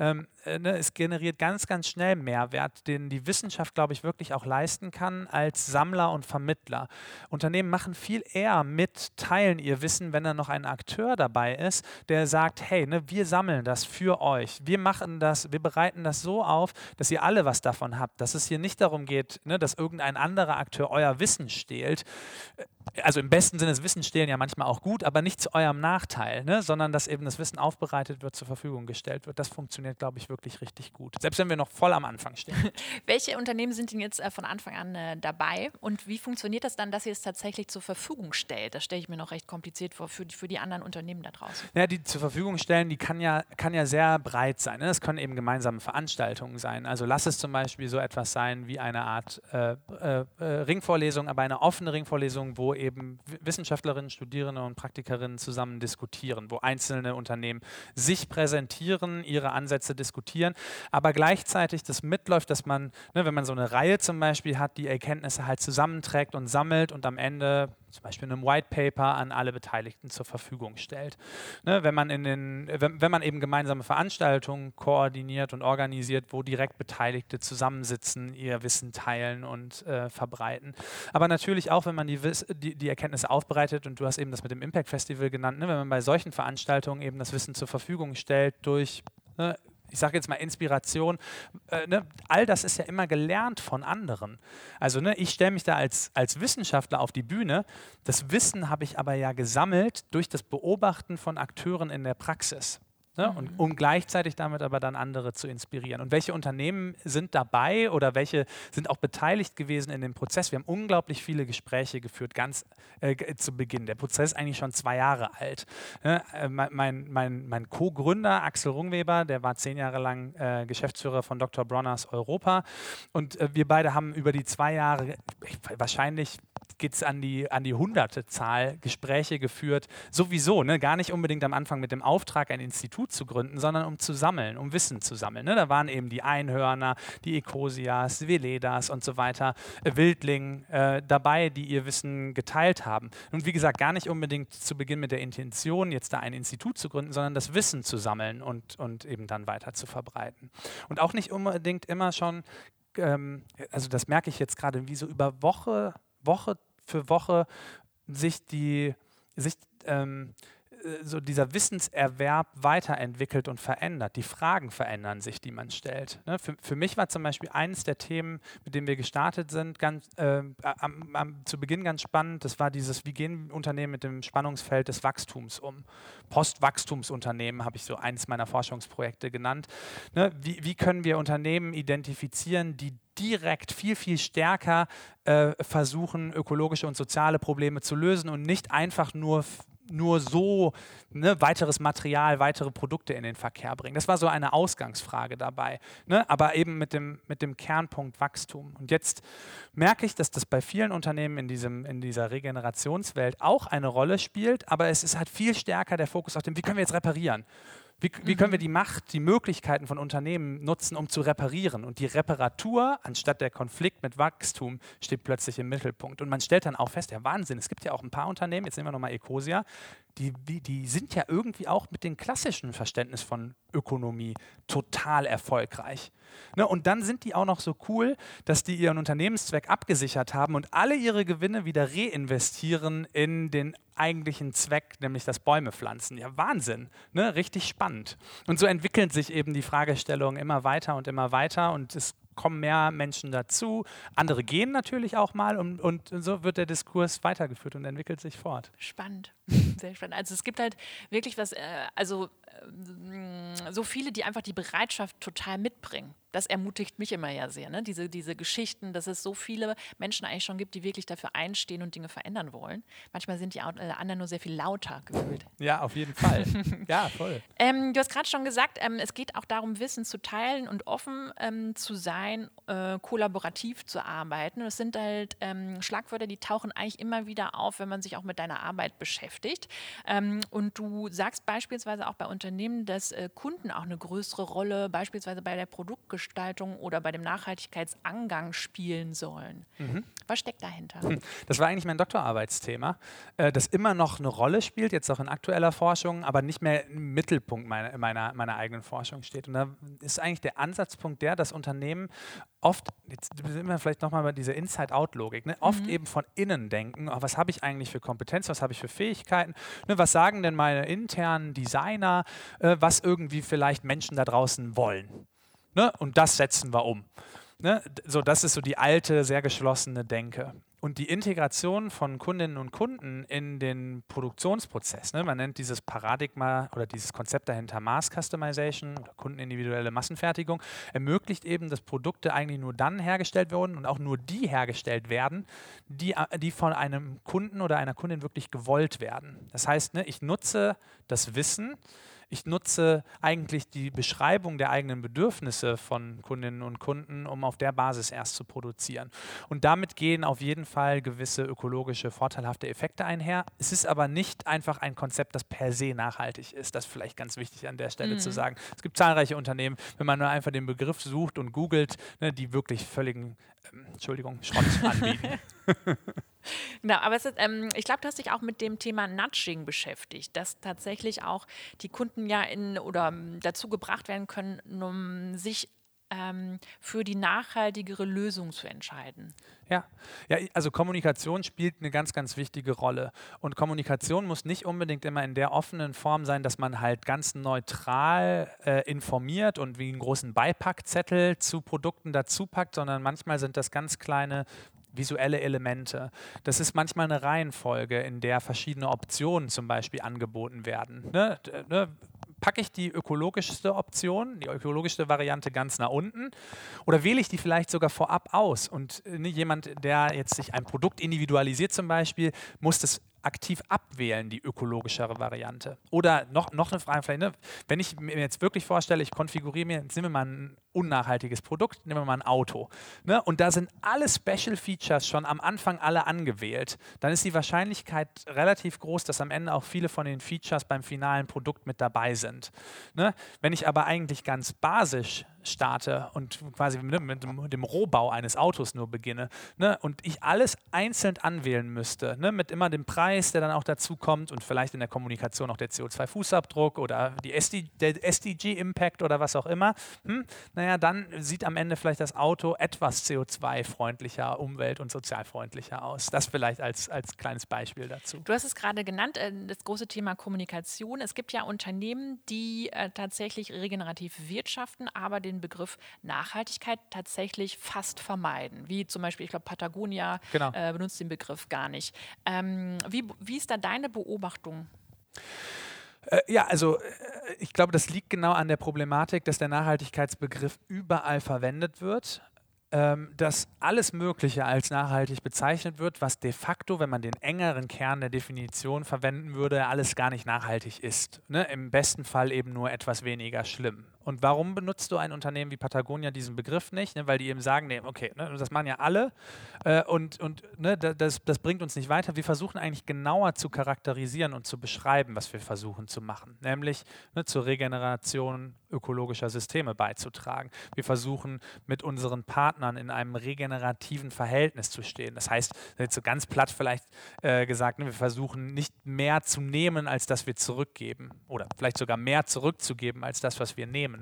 Es generiert ganz, ganz schnell Mehrwert, den die Wissenschaft, glaube ich, wirklich auch leisten kann als Sammler und Vermittler. Unternehmen machen viel eher mit, teilen ihr Wissen, wenn da noch ein Akteur dabei ist, der sagt, hey, wir sammeln das für euch, wir bereiten das so auf, dass ihr alle was davon habt, dass es hier nicht darum geht, dass irgendein anderer Akteur euer Wissen stehlt. Also im besten Sinne ist Wissen stehlen ja manchmal auch gut, aber nicht zu eurem Nachteil, sondern dass eben das Wissen aufbereitet wird, zur Verfügung gestellt wird. Das funktioniert, glaube ich, wirklich richtig gut. Selbst wenn wir noch voll am Anfang stehen. Welche Unternehmen sind denn jetzt von Anfang an dabei und wie funktioniert das dann, dass ihr es tatsächlich zur Verfügung stellt? Das stelle ich mir noch recht kompliziert vor für die anderen Unternehmen da draußen. Ja, die zur Verfügung stellen, die kann ja sehr breit sein. Das können eben gemeinsame Veranstaltungen sein. Also lass es zum Beispiel so etwas sein wie eine Art Ringvorlesung, aber eine offene Ringvorlesung, wo eben Wissenschaftlerinnen, Studierende und Praktikerinnen zusammen diskutieren, wo einzelne Unternehmen sich präsentieren, ihre Ansätze diskutieren, aber gleichzeitig das mitläuft, dass man, wenn man so eine Reihe zum Beispiel hat, die Erkenntnisse halt zusammenträgt und sammelt und am Ende zum Beispiel in einem White Paper an alle Beteiligten zur Verfügung stellt. Wenn man eben gemeinsame Veranstaltungen koordiniert und organisiert, wo direkt Beteiligte zusammensitzen, ihr Wissen teilen und verbreiten. Aber natürlich auch, wenn man die Erkenntnisse aufbereitet, und du hast eben das mit dem Impact Festival genannt, wenn man bei solchen Veranstaltungen eben das Wissen zur Verfügung stellt durch ich sage jetzt mal Inspiration, all das ist ja immer gelernt von anderen. Also ich stelle mich da als Wissenschaftler auf die Bühne, das Wissen habe ich aber ja gesammelt durch das Beobachten von Akteuren in der Praxis. Und um gleichzeitig damit aber dann andere zu inspirieren. Und welche Unternehmen sind dabei oder welche sind auch beteiligt gewesen in dem Prozess? Wir haben unglaublich viele Gespräche geführt, ganz zu Beginn. Der Prozess ist eigentlich schon 2 Jahre alt. Mein Co-Gründer Axel Rungweber, der war 10 Jahre lang Geschäftsführer von Dr. Bronner's Europa. Und wir beide haben über die 2 Jahre, wahrscheinlich geht es an die 100. Zahl, Gespräche geführt. Sowieso, gar nicht unbedingt am Anfang mit dem Auftrag, ein Institut zu gründen, sondern um zu sammeln, um Wissen zu sammeln. Da waren eben die Einhörner, die Ecosias, Veledas und so weiter, Wildling dabei, die ihr Wissen geteilt haben. Und wie gesagt, gar nicht unbedingt zu Beginn mit der Intention, jetzt da ein Institut zu gründen, sondern das Wissen zu sammeln und eben dann weiter zu verbreiten. Und auch nicht unbedingt immer schon, also das merke ich jetzt gerade, wie so über Woche für Woche so dieser Wissenserwerb weiterentwickelt und verändert. Die Fragen verändern sich, die man stellt. Für mich war zum Beispiel eines der Themen, mit denen wir gestartet sind, zu Beginn ganz spannend. Das war wie gehen Unternehmen mit dem Spannungsfeld des Wachstums um? Postwachstumsunternehmen habe ich so eines meiner Forschungsprojekte genannt. Wie können wir Unternehmen identifizieren, die direkt viel, viel stärker versuchen, ökologische und soziale Probleme zu lösen und nicht einfach nur so weiteres Material, weitere Produkte in den Verkehr bringen. Das war so eine Ausgangsfrage dabei, aber eben mit dem Kernpunkt Wachstum. Und jetzt merke ich, dass das bei vielen Unternehmen in dieser Regenerationswelt auch eine Rolle spielt, aber es ist halt viel stärker der Fokus auf dem, wie können wir jetzt reparieren? Wie können wir die Macht, die Möglichkeiten von Unternehmen nutzen, um zu reparieren? Und die Reparatur, anstatt der Konflikt mit Wachstum, steht plötzlich im Mittelpunkt. Und man stellt dann auch fest, ja Wahnsinn, es gibt ja auch ein paar Unternehmen, jetzt nehmen wir nochmal Ecosia, die sind ja irgendwie auch mit dem klassischen Verständnis von Ökonomie total erfolgreich. Ne? Und dann sind die auch noch so cool, dass die ihren Unternehmenszweck abgesichert haben und alle ihre Gewinne wieder reinvestieren in den eigentlichen Zweck, nämlich das Bäume pflanzen. Ja, Wahnsinn, ne? Richtig spannend. Und so entwickeln sich eben die Fragestellungen immer weiter und es kommen mehr Menschen dazu. Andere gehen natürlich auch mal und so wird der Diskurs weitergeführt und entwickelt sich fort. Spannend, sehr spannend. Also es gibt halt wirklich so viele, die einfach die Bereitschaft total mitbringen. Das ermutigt mich immer ja sehr, ne? Diese Geschichten, dass es so viele Menschen eigentlich schon gibt, die wirklich dafür einstehen und Dinge verändern wollen. Manchmal sind die anderen nur sehr viel lauter gefühlt. Ja, auf jeden Fall. Ja, voll. Du hast gerade schon gesagt, es geht auch darum, Wissen zu teilen und offen zu sein, kollaborativ zu arbeiten. Und das sind halt Schlagwörter, die tauchen eigentlich immer wieder auf, wenn man sich auch mit deiner Arbeit beschäftigt. Und du sagst beispielsweise auch bei Unternehmen, dass Kunden auch eine größere Rolle beispielsweise bei der Produktgestaltung oder bei dem Nachhaltigkeitsangang spielen sollen. Was steckt dahinter? Das war eigentlich mein Doktorarbeitsthema, das immer noch eine Rolle spielt, jetzt auch in aktueller Forschung, aber nicht mehr im Mittelpunkt meiner eigenen Forschung steht. Und da ist eigentlich der Ansatzpunkt der, dass Unternehmen oft, jetzt sind wir vielleicht nochmal bei dieser Inside-Out-Logik, ne, oft eben von innen denken, oh, was habe ich eigentlich für Kompetenz, was habe ich für Fähigkeiten, ne, was sagen denn meine internen Designer, was irgendwie vielleicht Menschen da draußen wollen. Ne? Und das setzen wir um. Ne? So, das ist so die alte, sehr geschlossene Denke. Und die Integration von Kundinnen und Kunden in den Produktionsprozess, ne? Man nennt dieses Paradigma oder dieses Konzept dahinter Mass Customization oder kundenindividuelle Massenfertigung, ermöglicht eben, dass Produkte eigentlich nur dann hergestellt werden und auch nur die hergestellt werden, die von einem Kunden oder einer Kundin wirklich gewollt werden. Das heißt, ne, ich nutze das Wissen, ich nutze eigentlich die Beschreibung der eigenen Bedürfnisse von Kundinnen und Kunden, um auf der Basis erst zu produzieren. Und damit gehen auf jeden Fall gewisse ökologische, vorteilhafte Effekte einher. Es ist aber nicht einfach ein Konzept, das per se nachhaltig ist. Das ist vielleicht ganz wichtig an der Stelle zu sagen. Es gibt zahlreiche Unternehmen, wenn man nur einfach den Begriff sucht und googelt, ne, die wirklich völligen Schrott anbieten. Genau, aber ich glaube, du hast dich auch mit dem Thema Nudging beschäftigt, dass tatsächlich auch die Kunden ja dazu gebracht werden können, um sich für die nachhaltigere Lösung zu entscheiden. Ja, also Kommunikation spielt eine ganz, ganz wichtige Rolle. Und Kommunikation muss nicht unbedingt immer in der offenen Form sein, dass man halt ganz neutral informiert und wie einen großen Beipackzettel zu Produkten dazu packt, sondern manchmal sind das ganz kleine visuelle Elemente. Das ist manchmal eine Reihenfolge, in der verschiedene Optionen zum Beispiel angeboten werden. Packe ich die ökologischste Option, die ökologischste Variante ganz nach unten oder wähle ich die vielleicht sogar vorab aus? Und jemand, der jetzt sich ein Produkt individualisiert zum Beispiel, muss das aktiv abwählen, die ökologischere Variante. Oder noch eine Frage, vielleicht, ne? Wenn ich mir jetzt wirklich vorstelle, ich konfiguriere mir, jetzt nehmen wir mal ein unnachhaltiges Produkt, nehmen wir mal ein Auto. Ne? Und da sind alle Special Features schon am Anfang alle angewählt. Dann ist die Wahrscheinlichkeit relativ groß, dass am Ende auch viele von den Features beim finalen Produkt mit dabei sind. Ne? Wenn ich aber eigentlich ganz basisch starte und quasi mit dem Rohbau eines Autos nur beginne, ne, und ich alles einzeln anwählen müsste, ne, mit immer dem Preis, der dann auch dazu kommt und vielleicht in der Kommunikation auch der CO2-Fußabdruck oder der SDG-Impact oder was auch immer, dann sieht am Ende vielleicht das Auto etwas CO2-freundlicher, umwelt- und sozialfreundlicher aus. Das vielleicht als kleines Beispiel dazu. Du hast es gerade genannt, das große Thema Kommunikation. Es gibt ja Unternehmen, die tatsächlich regenerativ wirtschaften, aber den Begriff Nachhaltigkeit tatsächlich fast vermeiden. Wie zum Beispiel, ich glaube, Patagonia benutzt den Begriff gar nicht. Wie ist da deine Beobachtung? Ich glaube, das liegt genau an der Problematik, dass der Nachhaltigkeitsbegriff überall verwendet wird. Dass alles Mögliche als nachhaltig bezeichnet wird, was de facto, wenn man den engeren Kern der Definition verwenden würde, alles gar nicht nachhaltig ist. Ne? Im besten Fall eben nur etwas weniger schlimm. Und warum benutzt du ein Unternehmen wie Patagonia diesen Begriff nicht? Ne, weil die eben sagen, nee, okay, ne, das machen ja alle und ne, das bringt uns nicht weiter. Wir versuchen eigentlich genauer zu charakterisieren und zu beschreiben, was wir versuchen zu machen, nämlich zur Regeneration ökologischer Systeme beizutragen. Wir versuchen mit unseren Partnern in einem regenerativen Verhältnis zu stehen. Das heißt, jetzt so ganz platt vielleicht gesagt, wir versuchen nicht mehr zu nehmen, als dass wir zurückgeben oder vielleicht sogar mehr zurückzugeben, als das, was wir nehmen.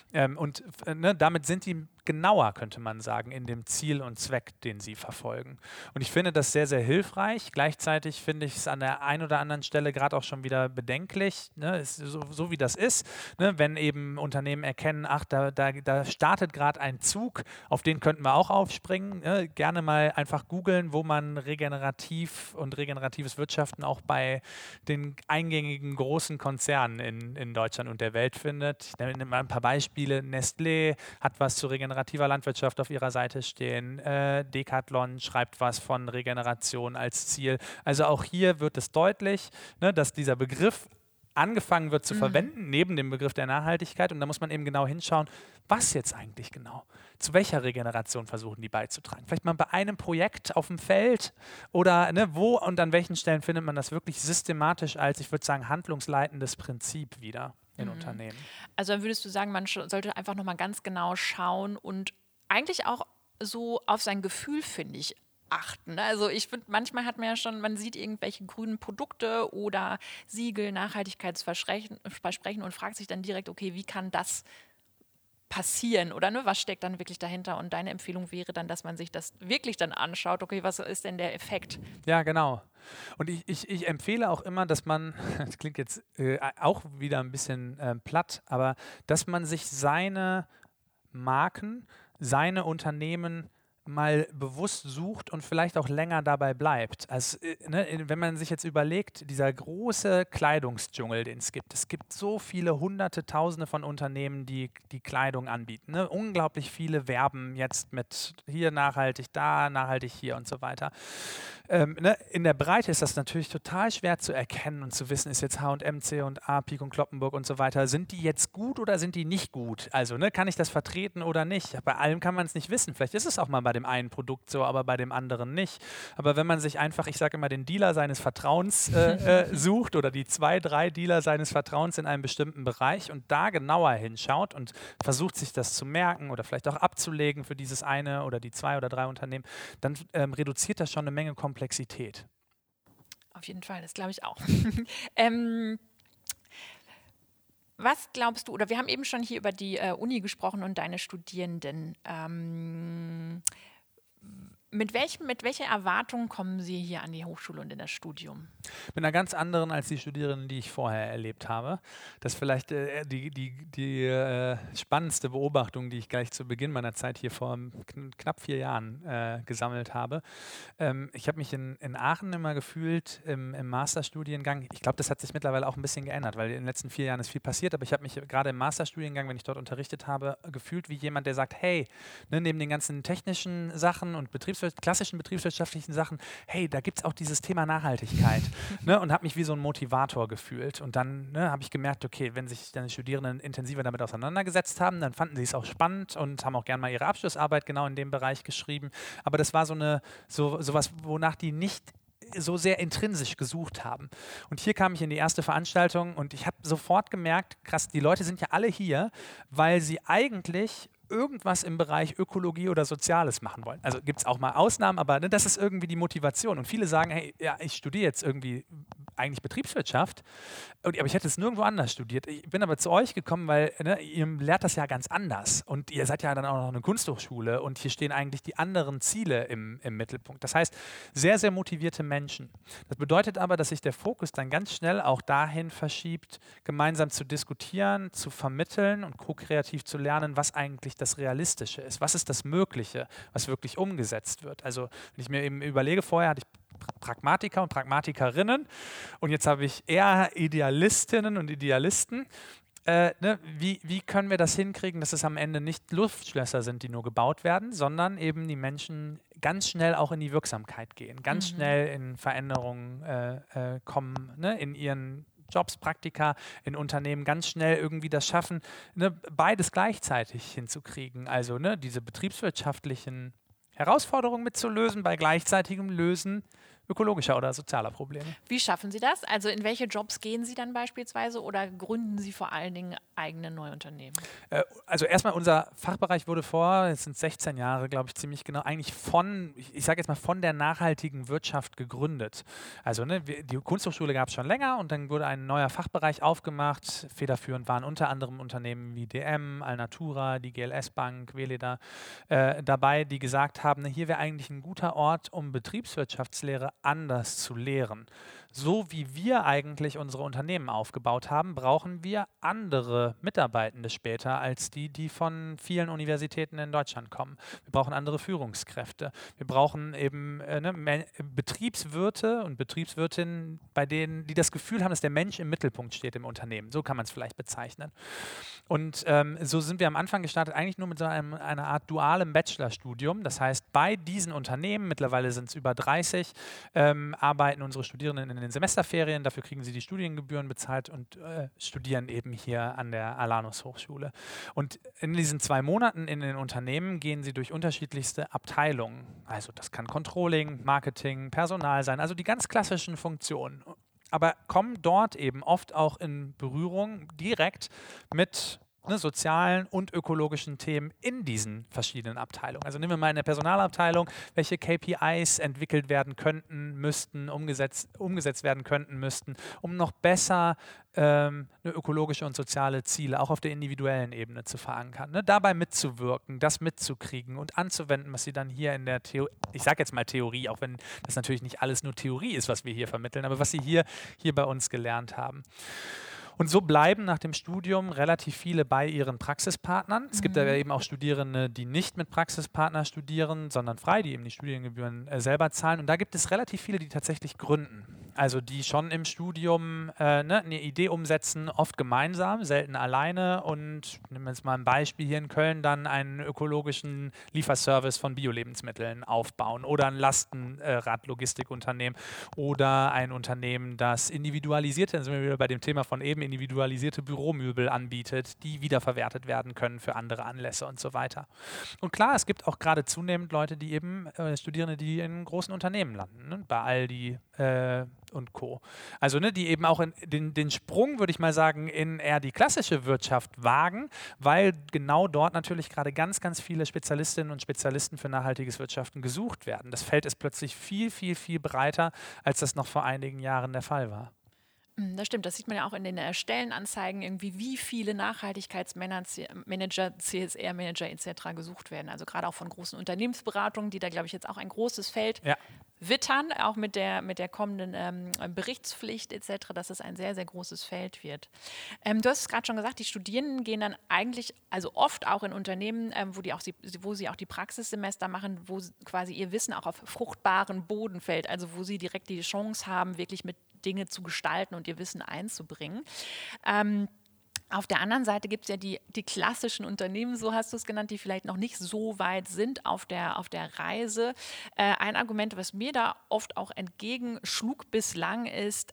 Damit sind die genauer, könnte man sagen, in dem Ziel und Zweck, den sie verfolgen. Und ich finde das sehr, sehr hilfreich. Gleichzeitig finde ich es an der einen oder anderen Stelle gerade auch schon wieder bedenklich, ne, so wie das ist, ne, wenn eben Unternehmen erkennen, ach, da startet gerade ein Zug, auf den könnten wir auch aufspringen. Ne, gerne mal einfach googeln, wo man regenerativ und regeneratives Wirtschaften auch bei den eingängigen großen Konzernen in Deutschland und der Welt findet. Ich nenne mal ein paar Beispiele. Nestlé hat was zu regenerativer Landwirtschaft auf ihrer Seite stehen. Decathlon schreibt was von Regeneration als Ziel. Also auch hier wird es deutlich, ne, dass dieser Begriff angefangen wird zu verwenden, neben dem Begriff der Nachhaltigkeit. Und da muss man eben genau hinschauen, was jetzt eigentlich genau? Zu welcher Regeneration versuchen die beizutragen? Vielleicht mal bei einem Projekt auf dem Feld oder ne, wo und an welchen Stellen findet man das wirklich systematisch als, ich würde sagen, handlungsleitendes Prinzip wieder in Unternehmen? Also dann würdest du sagen, man sollte einfach nochmal ganz genau schauen und eigentlich auch so auf sein Gefühl, finde ich, achten. Also ich finde, manchmal hat man ja schon, man sieht irgendwelche grünen Produkte oder Siegel, Nachhaltigkeitsversprechen und fragt sich dann direkt, okay, wie kann das passieren oder ne, was steckt dann wirklich dahinter? Und deine Empfehlung wäre dann, dass man sich das wirklich dann anschaut, okay, was ist denn der Effekt? Ja, genau. Und ich empfehle auch immer, dass man, das klingt jetzt auch wieder ein bisschen platt, aber dass man sich seine Marken, seine Unternehmen mal bewusst sucht und vielleicht auch länger dabei bleibt. Also, ne, wenn man sich jetzt überlegt, dieser große Kleidungsdschungel, den es gibt so viele Hunderte, Tausende von Unternehmen, die Kleidung anbieten. Ne? Unglaublich viele werben jetzt mit hier nachhaltig, da nachhaltig hier und so weiter. Ne, in der Breite ist das natürlich total schwer zu erkennen und zu wissen, ist jetzt H&M, C&A, Pieck und Kloppenburg und so weiter, sind die jetzt gut oder sind die nicht gut? Also ne, kann ich das vertreten oder nicht? Bei allem kann man es nicht wissen. Vielleicht ist es auch mal bei dem einen Produkt so, aber bei dem anderen nicht. Aber wenn man sich einfach, ich sage immer, den Dealer seines Vertrauens sucht oder die 2, 3 Dealer seines Vertrauens in einem bestimmten Bereich und da genauer hinschaut und versucht, sich das zu merken oder vielleicht auch abzulegen für dieses eine oder die 2 oder 3 Unternehmen, dann reduziert das schon eine Menge Komplexität. Auf jeden Fall, das glaube ich auch. Was glaubst du, oder wir haben eben schon hier über die Uni gesprochen und deine Studierenden. Mit welcher Erwartung kommen Sie hier an die Hochschule und in das Studium? Mit einer ganz anderen als die Studierenden, die ich vorher erlebt habe. Das ist vielleicht die spannendste Beobachtung, die ich gleich zu Beginn meiner Zeit hier vor knapp 4 Jahren gesammelt habe. Ich habe mich in Aachen immer gefühlt im Masterstudiengang. Ich glaube, das hat sich mittlerweile auch ein bisschen geändert, weil in den letzten 4 Jahren ist viel passiert. Aber ich habe mich gerade im Masterstudiengang, wenn ich dort unterrichtet habe, gefühlt wie jemand, der sagt, hey, ne, neben den ganzen technischen Sachen und klassischen betriebswirtschaftlichen Sachen, hey, da gibt es auch dieses Thema Nachhaltigkeit. Ne, und habe mich wie so ein Motivator gefühlt. Und dann habe ich gemerkt, okay, wenn sich dann die Studierenden intensiver damit auseinandergesetzt haben, dann fanden sie es auch spannend und haben auch gerne mal ihre Abschlussarbeit genau in dem Bereich geschrieben. Aber das war sowas, wonach die nicht so sehr intrinsisch gesucht haben. Und hier kam ich in die erste Veranstaltung und ich habe sofort gemerkt, krass, die Leute sind ja alle hier, weil sie eigentlich irgendwas im Bereich Ökologie oder Soziales machen wollen. Also gibt es auch mal Ausnahmen, aber ne, das ist irgendwie die Motivation. Und viele sagen, hey, ja, ich studiere jetzt irgendwie eigentlich Betriebswirtschaft, aber ich hätte es nirgendwo anders studiert. Ich bin aber zu euch gekommen, weil ne, ihr lehrt das ja ganz anders. Und ihr seid ja dann auch noch eine Kunsthochschule und hier stehen eigentlich die anderen Ziele im Mittelpunkt. Das heißt, sehr, sehr motivierte Menschen. Das bedeutet aber, dass sich der Fokus dann ganz schnell auch dahin verschiebt, gemeinsam zu diskutieren, zu vermitteln und ko-kreativ zu lernen, was eigentlich das Realistische ist. Was ist das Mögliche, was wirklich umgesetzt wird? Also wenn ich mir eben überlege, vorher hatte ich Pragmatiker und Pragmatikerinnen und jetzt habe ich eher Idealistinnen und Idealisten. Ne, wie können wir das hinkriegen, dass es am Ende nicht Luftschlösser sind, die nur gebaut werden, sondern eben die Menschen ganz schnell auch in die Wirksamkeit gehen, ganz schnell in Veränderungen kommen, ne, in ihren Jobs, Praktika in Unternehmen ganz schnell irgendwie das schaffen, ne, beides gleichzeitig hinzukriegen. Also ne, diese betriebswirtschaftlichen Herausforderungen mitzulösen bei gleichzeitigem Lösen ökologischer oder sozialer Probleme. Wie schaffen Sie das? Also in welche Jobs gehen Sie dann beispielsweise oder gründen Sie vor allen Dingen eigene neue Unternehmen? Also erstmal unser Fachbereich wurde vor, jetzt sind 16 Jahre, glaube ich, ziemlich genau, eigentlich ich sage jetzt mal von der nachhaltigen Wirtschaft gegründet. Also ne, die Kunsthochschule gab es schon länger und dann wurde ein neuer Fachbereich aufgemacht. Federführend waren unter anderem Unternehmen wie DM, Alnatura, die GLS Bank, Weleda dabei, die gesagt haben, ne, hier wäre eigentlich ein guter Ort, um Betriebswirtschaftslehre anders zu lehren. So wie wir eigentlich unsere Unternehmen aufgebaut haben, brauchen wir andere Mitarbeitende später als die von vielen Universitäten in Deutschland kommen. Wir brauchen andere Führungskräfte. Wir brauchen eben Betriebswirte und Betriebswirtinnen, bei denen, die das Gefühl haben, dass der Mensch im Mittelpunkt steht im Unternehmen. So kann man es vielleicht bezeichnen. Und so sind wir am Anfang gestartet, eigentlich nur mit so einer Art dualem Bachelorstudium. Das heißt, bei diesen Unternehmen, mittlerweile sind es über 30, arbeiten unsere Studierenden in den Semesterferien. Dafür kriegen sie die Studiengebühren bezahlt und studieren eben hier an der Alanus Hochschule. Und in diesen 2 Monaten in den Unternehmen gehen sie durch unterschiedlichste Abteilungen. Also das kann Controlling, Marketing, Personal sein, also die ganz klassischen Funktionen. Aber kommen dort eben oft auch in Berührung direkt mit sozialen und ökologischen Themen in diesen verschiedenen Abteilungen. Also nehmen wir mal eine Personalabteilung, welche KPIs entwickelt werden könnten, müssten, umgesetzt werden könnten, müssten, um noch besser eine ökologische und soziale Ziele auch auf der individuellen Ebene zu verankern. Ne? Dabei mitzuwirken, das mitzukriegen und anzuwenden, was sie dann hier in der Theorie, ich sage jetzt mal Theorie, auch wenn das natürlich nicht alles nur Theorie ist, was wir hier vermitteln, aber was sie hier bei uns gelernt haben. Und so bleiben nach dem Studium relativ viele bei ihren Praxispartnern. Es gibt aber eben auch Studierende, die nicht mit Praxispartner studieren, sondern frei, die eben die Studiengebühren selber zahlen. Und da gibt es relativ viele, die tatsächlich gründen. Also die schon im Studium eine Idee umsetzen, oft gemeinsam, selten alleine. Und nehmen wir jetzt mal ein Beispiel hier in Köln, dann einen ökologischen Lieferservice von Bio-Lebensmitteln aufbauen oder ein Lastenradlogistikunternehmen oder ein Unternehmen, das individualisierte, dann sind wir wieder bei dem Thema von eben, individualisierte Büromöbel anbietet, die wiederverwertet werden können für andere Anlässe und so weiter. Und klar, es gibt auch gerade zunehmend Leute, die eben, Studierende, die in großen Unternehmen landen, ne? Bei Aldi und Co. Also die eben auch den Sprung, würde ich mal sagen, in eher die klassische Wirtschaft wagen, weil genau dort natürlich gerade ganz, ganz viele Spezialistinnen und Spezialisten für nachhaltiges Wirtschaften gesucht werden. Das Feld ist plötzlich viel, viel, viel breiter, als das noch vor einigen Jahren der Fall war. Das stimmt, das sieht man ja auch in den Stellenanzeigen, irgendwie wie viele Nachhaltigkeitsmanager, CSR-Manager etc. gesucht werden. Also gerade auch von großen Unternehmensberatungen, die da, glaube ich, jetzt auch ein großes Feld wittern, auch mit der kommenden Berichtspflicht etc., dass es ein sehr, sehr großes Feld wird. Du hast es gerade schon gesagt, die Studierenden gehen dann eigentlich, also oft auch in Unternehmen, wo sie auch die Praxissemester machen, wo quasi ihr Wissen auch auf fruchtbaren Boden fällt, also wo sie direkt die Chance haben, wirklich mit Dinge zu gestalten und ihr Wissen einzubringen. Auf der anderen Seite gibt es ja die klassischen Unternehmen, so hast du es genannt, die vielleicht noch nicht so weit sind auf der Reise. Ein Argument, was mir da oft auch entgegenschlug bislang, ist,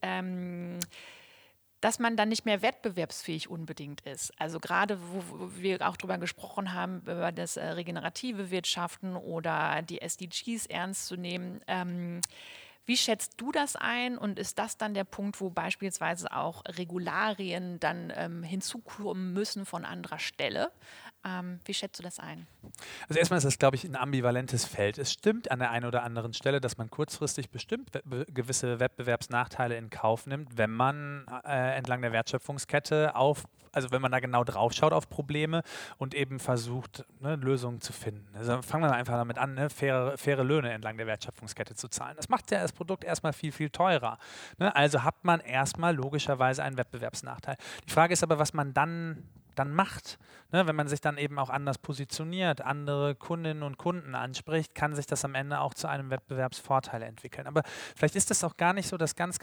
dass man dann nicht mehr wettbewerbsfähig unbedingt ist. Also gerade, wo wir auch darüber gesprochen haben, über das regenerative Wirtschaften oder die SDGs ernst zu nehmen. Wie schätzt du das ein und ist das dann der Punkt, wo beispielsweise auch Regularien dann hinzukommen müssen von anderer Stelle? Wie schätzt du das ein? Also erstmal ist das, glaube ich, ein ambivalentes Feld. Es stimmt an der einen oder anderen Stelle, dass man kurzfristig bestimmt gewisse Wettbewerbsnachteile in Kauf nimmt, wenn man entlang der Wertschöpfungskette also wenn man da genau drauf schaut auf Probleme und eben versucht, Lösungen zu finden. Also fangen wir einfach damit an, faire Löhne entlang der Wertschöpfungskette zu zahlen. Das macht ja das Produkt erstmal viel, viel teurer. Also hat man erstmal logischerweise einen Wettbewerbsnachteil. Die Frage ist aber, was man dann macht. Wenn man sich dann eben auch anders positioniert, andere Kundinnen und Kunden anspricht, kann sich das am Ende auch zu einem Wettbewerbsvorteil entwickeln. Aber vielleicht ist das auch gar nicht so das ganz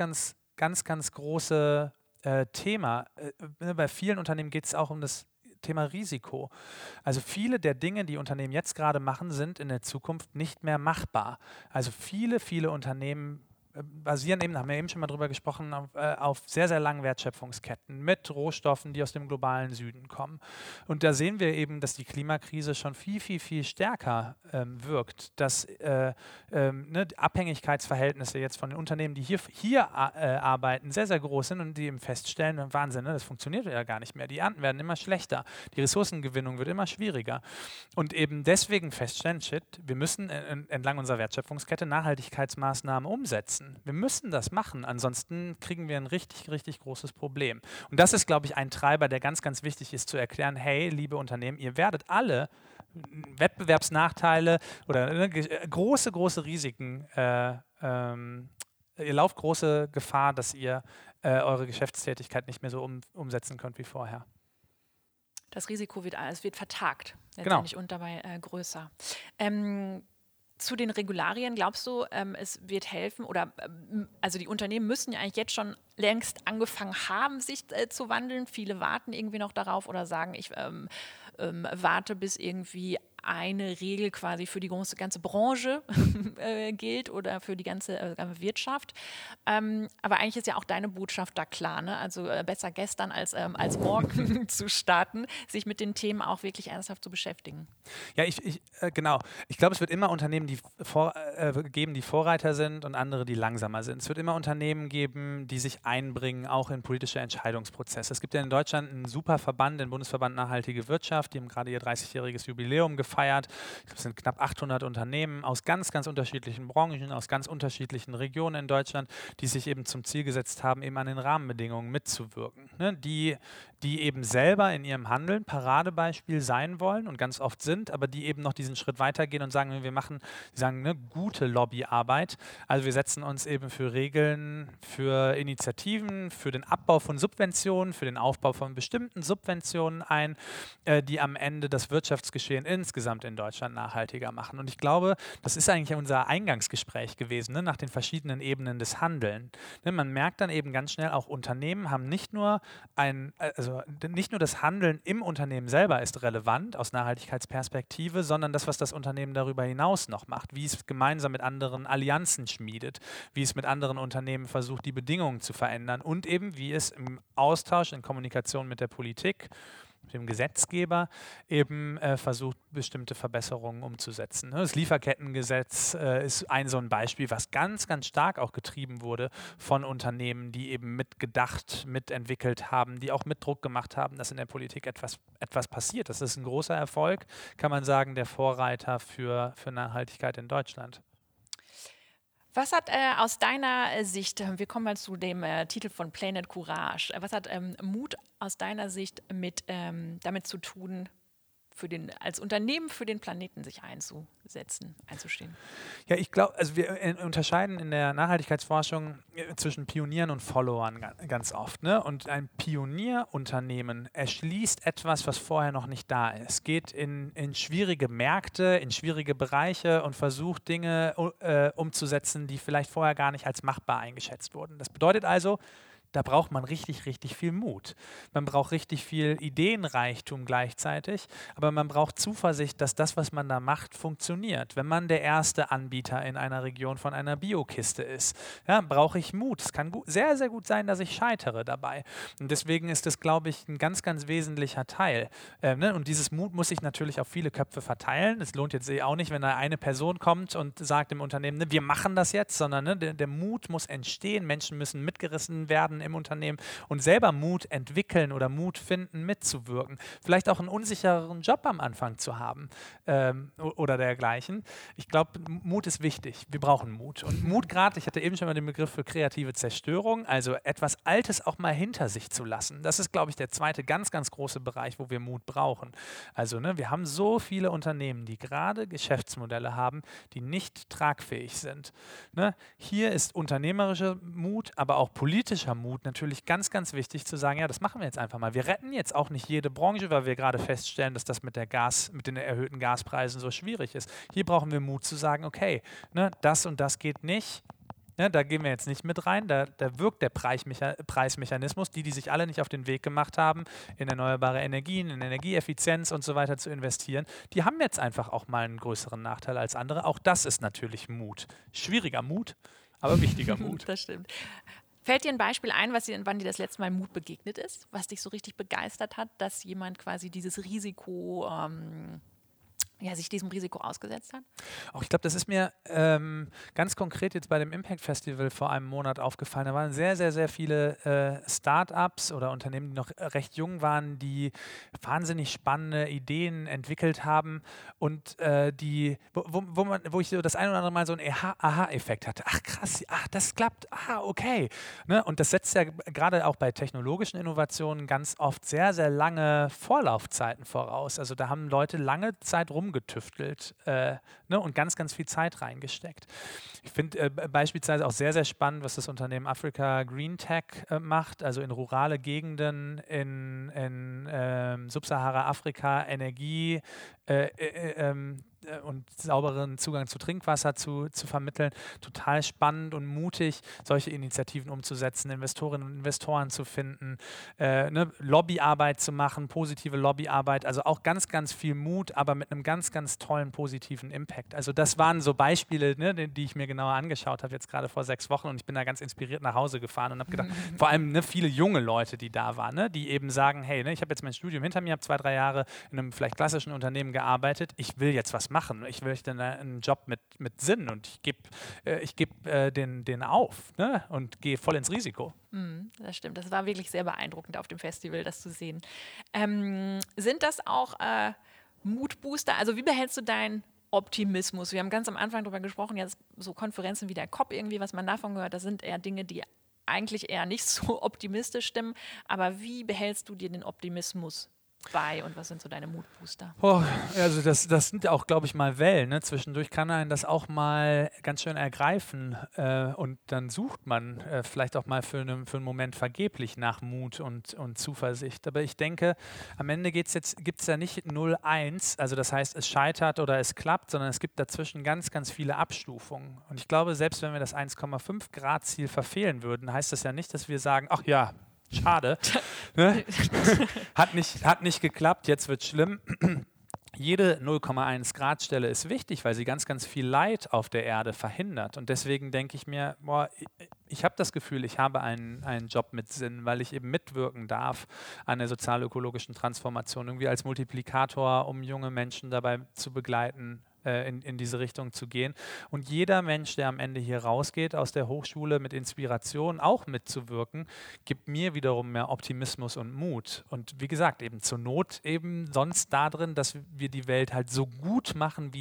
große Thema. Bei vielen Unternehmen geht es auch um das Thema Risiko. Also viele der Dinge, die Unternehmen jetzt gerade machen, sind in der Zukunft nicht mehr machbar. Also viele Unternehmen basieren eben, haben wir eben schon mal drüber gesprochen, auf sehr, sehr langen Wertschöpfungsketten mit Rohstoffen, die aus dem globalen Süden kommen. Und da sehen wir eben, dass die Klimakrise schon viel, viel, viel stärker wirkt, dass die Abhängigkeitsverhältnisse jetzt von den Unternehmen, die hier arbeiten, sehr, sehr groß sind und die eben feststellen, Wahnsinn, das funktioniert ja gar nicht mehr. Die Ernten werden immer schlechter, die Ressourcengewinnung wird immer schwieriger. Und eben deswegen feststellen, wir müssen entlang unserer Wertschöpfungskette Nachhaltigkeitsmaßnahmen umsetzen. Wir müssen das machen, ansonsten kriegen wir ein richtig, richtig großes Problem. Und das ist, glaube ich, ein Treiber, der ganz, ganz wichtig ist, zu erklären, hey, liebe Unternehmen, ihr werdet alle Wettbewerbsnachteile oder große, große Risiken, ihr lauft große Gefahr, dass ihr eure Geschäftstätigkeit nicht mehr so umsetzen könnt wie vorher. Das Risiko wird vertagt letztendlich und dabei größer. Zu den Regularien, glaubst du, es wird helfen oder also die Unternehmen müssen ja eigentlich jetzt schon längst angefangen haben, sich zu wandeln. Viele warten irgendwie noch darauf oder sagen, ich warte, bis irgendwie eine Regel quasi für die ganze Branche gilt oder für die ganze Wirtschaft. Aber eigentlich ist ja auch deine Botschaft da klar, ne? Also besser gestern als morgen zu starten, sich mit den Themen auch wirklich ernsthaft zu beschäftigen. Ja, genau. Ich glaube, es wird immer Unternehmen geben, die Vorreiter sind und andere, die langsamer sind. Es wird immer Unternehmen geben, die sich einbringen, auch in politische Entscheidungsprozesse. Es gibt ja in Deutschland einen super Verband, den Bundesverband Nachhaltige Wirtschaft, die haben gerade ihr 30-jähriges Jubiläum gefeiert. Ich glaube, es sind knapp 800 Unternehmen aus ganz, ganz unterschiedlichen Branchen, aus ganz unterschiedlichen Regionen in Deutschland, die sich eben zum Ziel gesetzt haben, eben an den Rahmenbedingungen mitzuwirken. Ne? Die eben selber in ihrem Handeln Paradebeispiel sein wollen und ganz oft sind, aber die eben noch diesen Schritt weitergehen und sagen, gute Lobbyarbeit. Also wir setzen uns eben für Regeln, für Initiativen, für den Abbau von Subventionen, für den Aufbau von bestimmten Subventionen ein, die am Ende das Wirtschaftsgeschehen insgesamt in Deutschland nachhaltiger machen. Und ich glaube, das ist eigentlich unser Eingangsgespräch gewesen, ne, nach den verschiedenen Ebenen des Handelns. Ne, man merkt dann eben ganz schnell, auch Unternehmen haben nicht nur das Handeln im Unternehmen selber ist relevant aus Nachhaltigkeitsperspektive, sondern das, was das Unternehmen darüber hinaus noch macht, wie es gemeinsam mit anderen Allianzen schmiedet, wie es mit anderen Unternehmen versucht, die Bedingungen zu verändern und eben wie es im Austausch, in Kommunikation mit der Politik, dem Gesetzgeber eben versucht, bestimmte Verbesserungen umzusetzen. Das Lieferkettengesetz ist so ein Beispiel, was ganz, ganz stark auch getrieben wurde von Unternehmen, die eben mitgedacht, mitentwickelt haben, die auch mit Druck gemacht haben, dass in der Politik etwas passiert. Das ist ein großer Erfolg, kann man sagen, der Vorreiter für Nachhaltigkeit in Deutschland. Was hat aus deiner Sicht, wir kommen mal zu dem Titel von Planet Courage, was hat Mut aus deiner Sicht damit zu tun, als Unternehmen für den Planeten sich einzustehen? Ja, ich glaube, also wir unterscheiden in der Nachhaltigkeitsforschung zwischen Pionieren und Followern ganz oft. Ne? Und ein Pionierunternehmen erschließt etwas, was vorher noch nicht da ist, geht in schwierige Märkte, in schwierige Bereiche und versucht Dinge umzusetzen, die vielleicht vorher gar nicht als machbar eingeschätzt wurden. Das bedeutet also, da braucht man richtig, richtig viel Mut. Man braucht richtig viel Ideenreichtum gleichzeitig, aber man braucht Zuversicht, dass das, was man da macht, funktioniert. Wenn man der erste Anbieter in einer Region von einer Biokiste ist, ja, brauche ich Mut. Es kann sehr, sehr gut sein, dass ich scheitere dabei. Und deswegen ist das, glaube ich, ein ganz, ganz wesentlicher Teil. Und dieses Mut muss sich natürlich auf viele Köpfe verteilen. Es lohnt jetzt auch nicht, wenn da eine Person kommt und sagt im Unternehmen, ne, wir machen das jetzt, sondern der Mut muss entstehen. Menschen müssen mitgerissen werden im Unternehmen und selber Mut entwickeln oder Mut finden, mitzuwirken. Vielleicht auch einen unsichereren Job am Anfang zu haben oder dergleichen. Ich glaube, Mut ist wichtig. Wir brauchen Mut. Und Mut gerade, ich hatte eben schon mal den Begriff für kreative Zerstörung, also etwas Altes auch mal hinter sich zu lassen. Das ist, glaube ich, der zweite ganz, ganz große Bereich, wo wir Mut brauchen. Also wir haben so viele Unternehmen, die gerade Geschäftsmodelle haben, die nicht tragfähig sind. Hier ist unternehmerischer Mut, aber auch politischer Mut natürlich ganz, ganz wichtig zu sagen, ja, das machen wir jetzt einfach mal. Wir retten jetzt auch nicht jede Branche, weil wir gerade feststellen, dass das mit den erhöhten Gaspreisen so schwierig ist. Hier brauchen wir Mut zu sagen, okay, das und das geht nicht. Da gehen wir jetzt nicht mit rein, da wirkt der Preismechanismus, die sich alle nicht auf den Weg gemacht haben, in erneuerbare Energien, in Energieeffizienz und so weiter zu investieren, die haben jetzt einfach auch mal einen größeren Nachteil als andere. Auch das ist natürlich Mut. Schwieriger Mut, aber wichtiger Mut. Das stimmt. Fällt dir ein Beispiel ein, wann dir das letzte Mal Mut begegnet ist, was dich so richtig begeistert hat, dass jemand quasi dieses Risiko, sich diesem Risiko ausgesetzt hat? Auch ich glaube, das ist mir ganz konkret jetzt bei dem Impact Festival vor einem Monat aufgefallen. Da waren sehr, sehr, sehr viele Start-ups oder Unternehmen, die noch recht jung waren, die wahnsinnig spannende Ideen entwickelt haben und wo ich so das ein oder andere Mal so einen Aha-Effekt hatte. Ach krass, das klappt, okay. Ne? Und das setzt ja gerade auch bei technologischen Innovationen ganz oft sehr, sehr lange Vorlaufzeiten voraus. Also da haben Leute lange Zeit rumgetüftelt und ganz, ganz viel Zeit reingesteckt. Ich finde beispielsweise auch sehr, sehr spannend, was das Unternehmen Africa Green Tech macht, also in rurale Gegenden in Subsahara-Afrika Energie und sauberen Zugang zu Trinkwasser zu vermitteln. Total spannend und mutig, solche Initiativen umzusetzen, Investorinnen und Investoren zu finden, Lobbyarbeit zu machen, positive Lobbyarbeit, also auch ganz, ganz viel Mut, aber mit einem ganz, ganz tollen positiven Impact. Also das waren so Beispiele, die ich mir genauer angeschaut habe, jetzt gerade vor 6 Wochen und ich bin da ganz inspiriert nach Hause gefahren und habe gedacht, vor allem viele junge Leute, die da waren, die eben sagen, hey, ich habe jetzt mein Studium hinter mir, habe 2, 3 Jahre in einem vielleicht klassischen Unternehmen gearbeitet, ich will jetzt was machen, ich möchte einen Job mit Sinn und ich geb den auf und gehe voll ins Risiko. Das stimmt, das war wirklich sehr beeindruckend auf dem Festival, das zu sehen. Sind das auch Mutbooster? Also wie behältst du deinen Optimismus? Wir haben ganz am Anfang darüber gesprochen, jetzt so Konferenzen wie der COP irgendwie, was man davon gehört, das sind eher Dinge, die eigentlich eher nicht so optimistisch stimmen. Aber wie behältst du dir den Optimismus bei und was sind so deine Mutbooster? Also das sind ja auch, glaube ich, mal Wellen. Ne? Zwischendurch kann einen das auch mal ganz schön ergreifen und dann sucht man vielleicht auch mal für einen Moment vergeblich nach Mut und Zuversicht. Aber ich denke, am Ende gibt es ja nicht 0-1, also das heißt, es scheitert oder es klappt, sondern es gibt dazwischen ganz, ganz viele Abstufungen. Und ich glaube, selbst wenn wir das 1,5 Grad Ziel verfehlen würden, heißt das ja nicht, dass wir sagen, ach ja, schade, ne? hat nicht geklappt, jetzt wird schlimm. Jede 0,1 Grad Stelle ist wichtig, weil sie ganz, ganz viel Leid auf der Erde verhindert. Und deswegen denke ich mir, ich habe das Gefühl, ich habe einen Job mit Sinn, weil ich eben mitwirken darf an der sozial-ökologischen Transformation, irgendwie als Multiplikator, um junge Menschen dabei zu begleiten, in diese Richtung zu gehen. Und jeder Mensch, der am Ende hier rausgeht aus der Hochschule mit Inspiration, auch mitzuwirken, gibt mir wiederum mehr Optimismus und Mut. Und wie gesagt, eben zur Not eben sonst darin, dass wir die Welt halt so gut machen, wie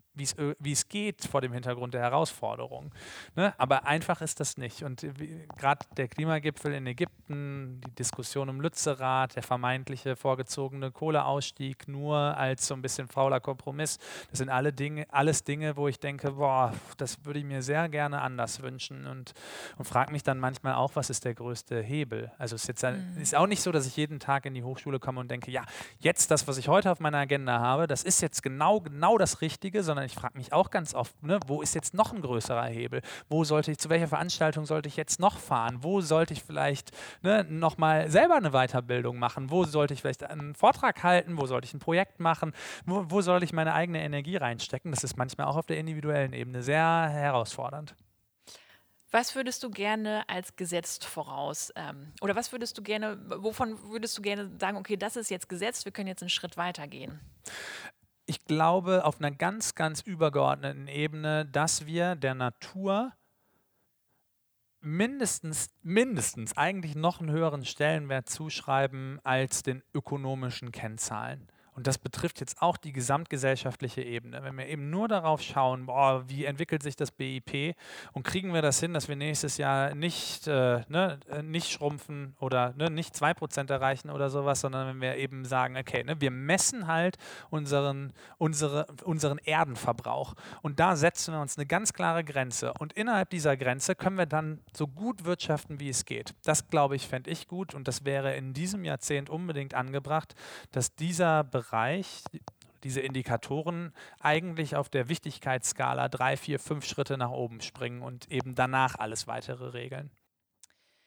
es geht vor dem Hintergrund der Herausforderungen. Ne? Aber einfach ist das nicht. Und gerade der Klimagipfel in Ägypten, die Diskussion um Lützerath, der vermeintliche vorgezogene Kohleausstieg nur als so ein bisschen fauler Kompromiss, das sind alles Dinge, wo ich denke, das würde ich mir sehr gerne anders wünschen und frage mich dann manchmal auch, was ist der größte Hebel? Also es ist auch nicht so, dass ich jeden Tag in die Hochschule komme und denke, ja, jetzt das, was ich heute auf meiner Agenda habe, das ist jetzt genau das Richtige, sondern ich frage mich auch ganz oft, wo ist jetzt noch ein größerer Hebel? Zu welcher Veranstaltung sollte ich jetzt noch fahren? Wo sollte ich vielleicht nochmal selber eine Weiterbildung machen? Wo sollte ich vielleicht einen Vortrag halten? Wo sollte ich ein Projekt machen? Wo sollte ich meine eigene Energie reinstecken? Das ist manchmal auch auf der individuellen Ebene sehr herausfordernd. Was würdest du gerne als gesetzt voraus oder wovon würdest du gerne sagen, okay, das ist jetzt gesetzt, wir können jetzt einen Schritt weitergehen? Ich glaube auf einer ganz, ganz übergeordneten Ebene, dass wir der Natur mindestens eigentlich noch einen höheren Stellenwert zuschreiben als den ökonomischen Kennzahlen. Und das betrifft jetzt auch die gesamtgesellschaftliche Ebene. Wenn wir eben nur darauf schauen, wie entwickelt sich das BIP und kriegen wir das hin, dass wir nächstes Jahr nicht schrumpfen oder nicht 2% erreichen oder sowas, sondern wenn wir eben sagen, okay, wir messen halt unseren Erdenverbrauch und da setzen wir uns eine ganz klare Grenze und innerhalb dieser Grenze können wir dann so gut wirtschaften, wie es geht. Das, glaube ich, fände ich gut und das wäre in diesem Jahrzehnt unbedingt angebracht, dass dieser Bereich, diese Indikatoren eigentlich auf der Wichtigkeitsskala 3, 4, 5 Schritte nach oben springen und eben danach alles weitere regeln.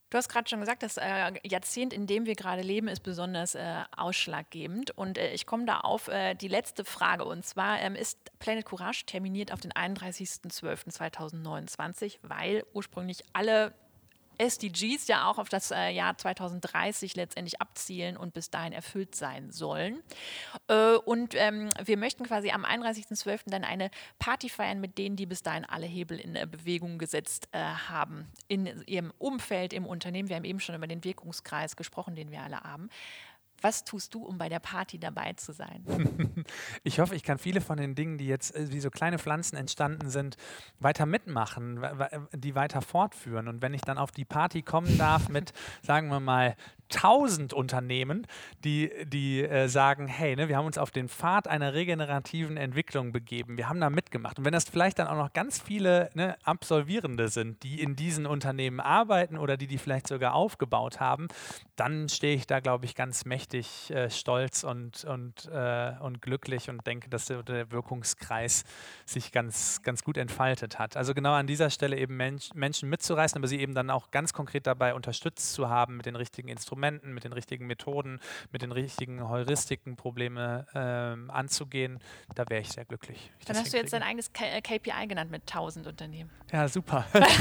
Du hast gerade schon gesagt, das Jahrzehnt, in dem wir gerade leben, ist besonders ausschlaggebend. Und ich komme da auf die letzte Frage. Und zwar ist Planet Courage terminiert auf den 31.12.2029, weil ursprünglich alle SDGs ja auch auf das Jahr 2030 letztendlich abzielen und bis dahin erfüllt sein sollen. Und wir möchten quasi am 31.12. dann eine Party feiern mit denen, die bis dahin alle Hebel in Bewegung gesetzt haben. In ihrem Umfeld, im Unternehmen. Wir haben eben schon über den Wirkungskreis gesprochen, den wir alle haben. Was tust du, um bei der Party dabei zu sein? Ich hoffe, ich kann viele von den Dingen, die jetzt wie so kleine Pflanzen entstanden sind, weiter mitmachen, die weiter fortführen. Und wenn ich dann auf die Party kommen darf mit, sagen wir mal, 1000 Unternehmen, die sagen, hey, ne, wir haben uns auf den Pfad einer regenerativen Entwicklung begeben, wir haben da mitgemacht. Und wenn das vielleicht dann auch noch ganz viele Absolvierende sind, die in diesen Unternehmen arbeiten oder die vielleicht sogar aufgebaut haben, dann stehe ich da, glaube ich, ganz mächtig stolz und glücklich und denke, dass der Wirkungskreis sich ganz, ganz gut entfaltet hat. Also genau an dieser Stelle eben Menschen mitzureißen, aber sie eben dann auch ganz konkret dabei unterstützt zu haben mit den richtigen Instrumenten, mit den richtigen Methoden, mit den richtigen Heuristiken, Probleme anzugehen, da wäre ich sehr glücklich. Dann hast du jetzt dein eigenes KPI genannt mit 1000 Unternehmen. Ja, super.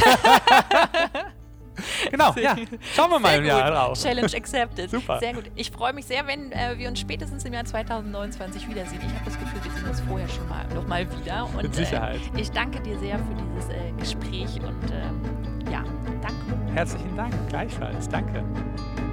Genau, ja. Schauen wir mal im Jahr drauf. Challenge accepted. Super. Sehr gut. Ich freue mich sehr, wenn wir uns spätestens im Jahr 2029 wiedersehen. Ich habe das Gefühl, wir sehen uns vorher schon noch mal wieder. Und, mit Sicherheit. Ich danke dir sehr für dieses Gespräch und ja, danke. Herzlichen Dank. Gleichfalls. Danke.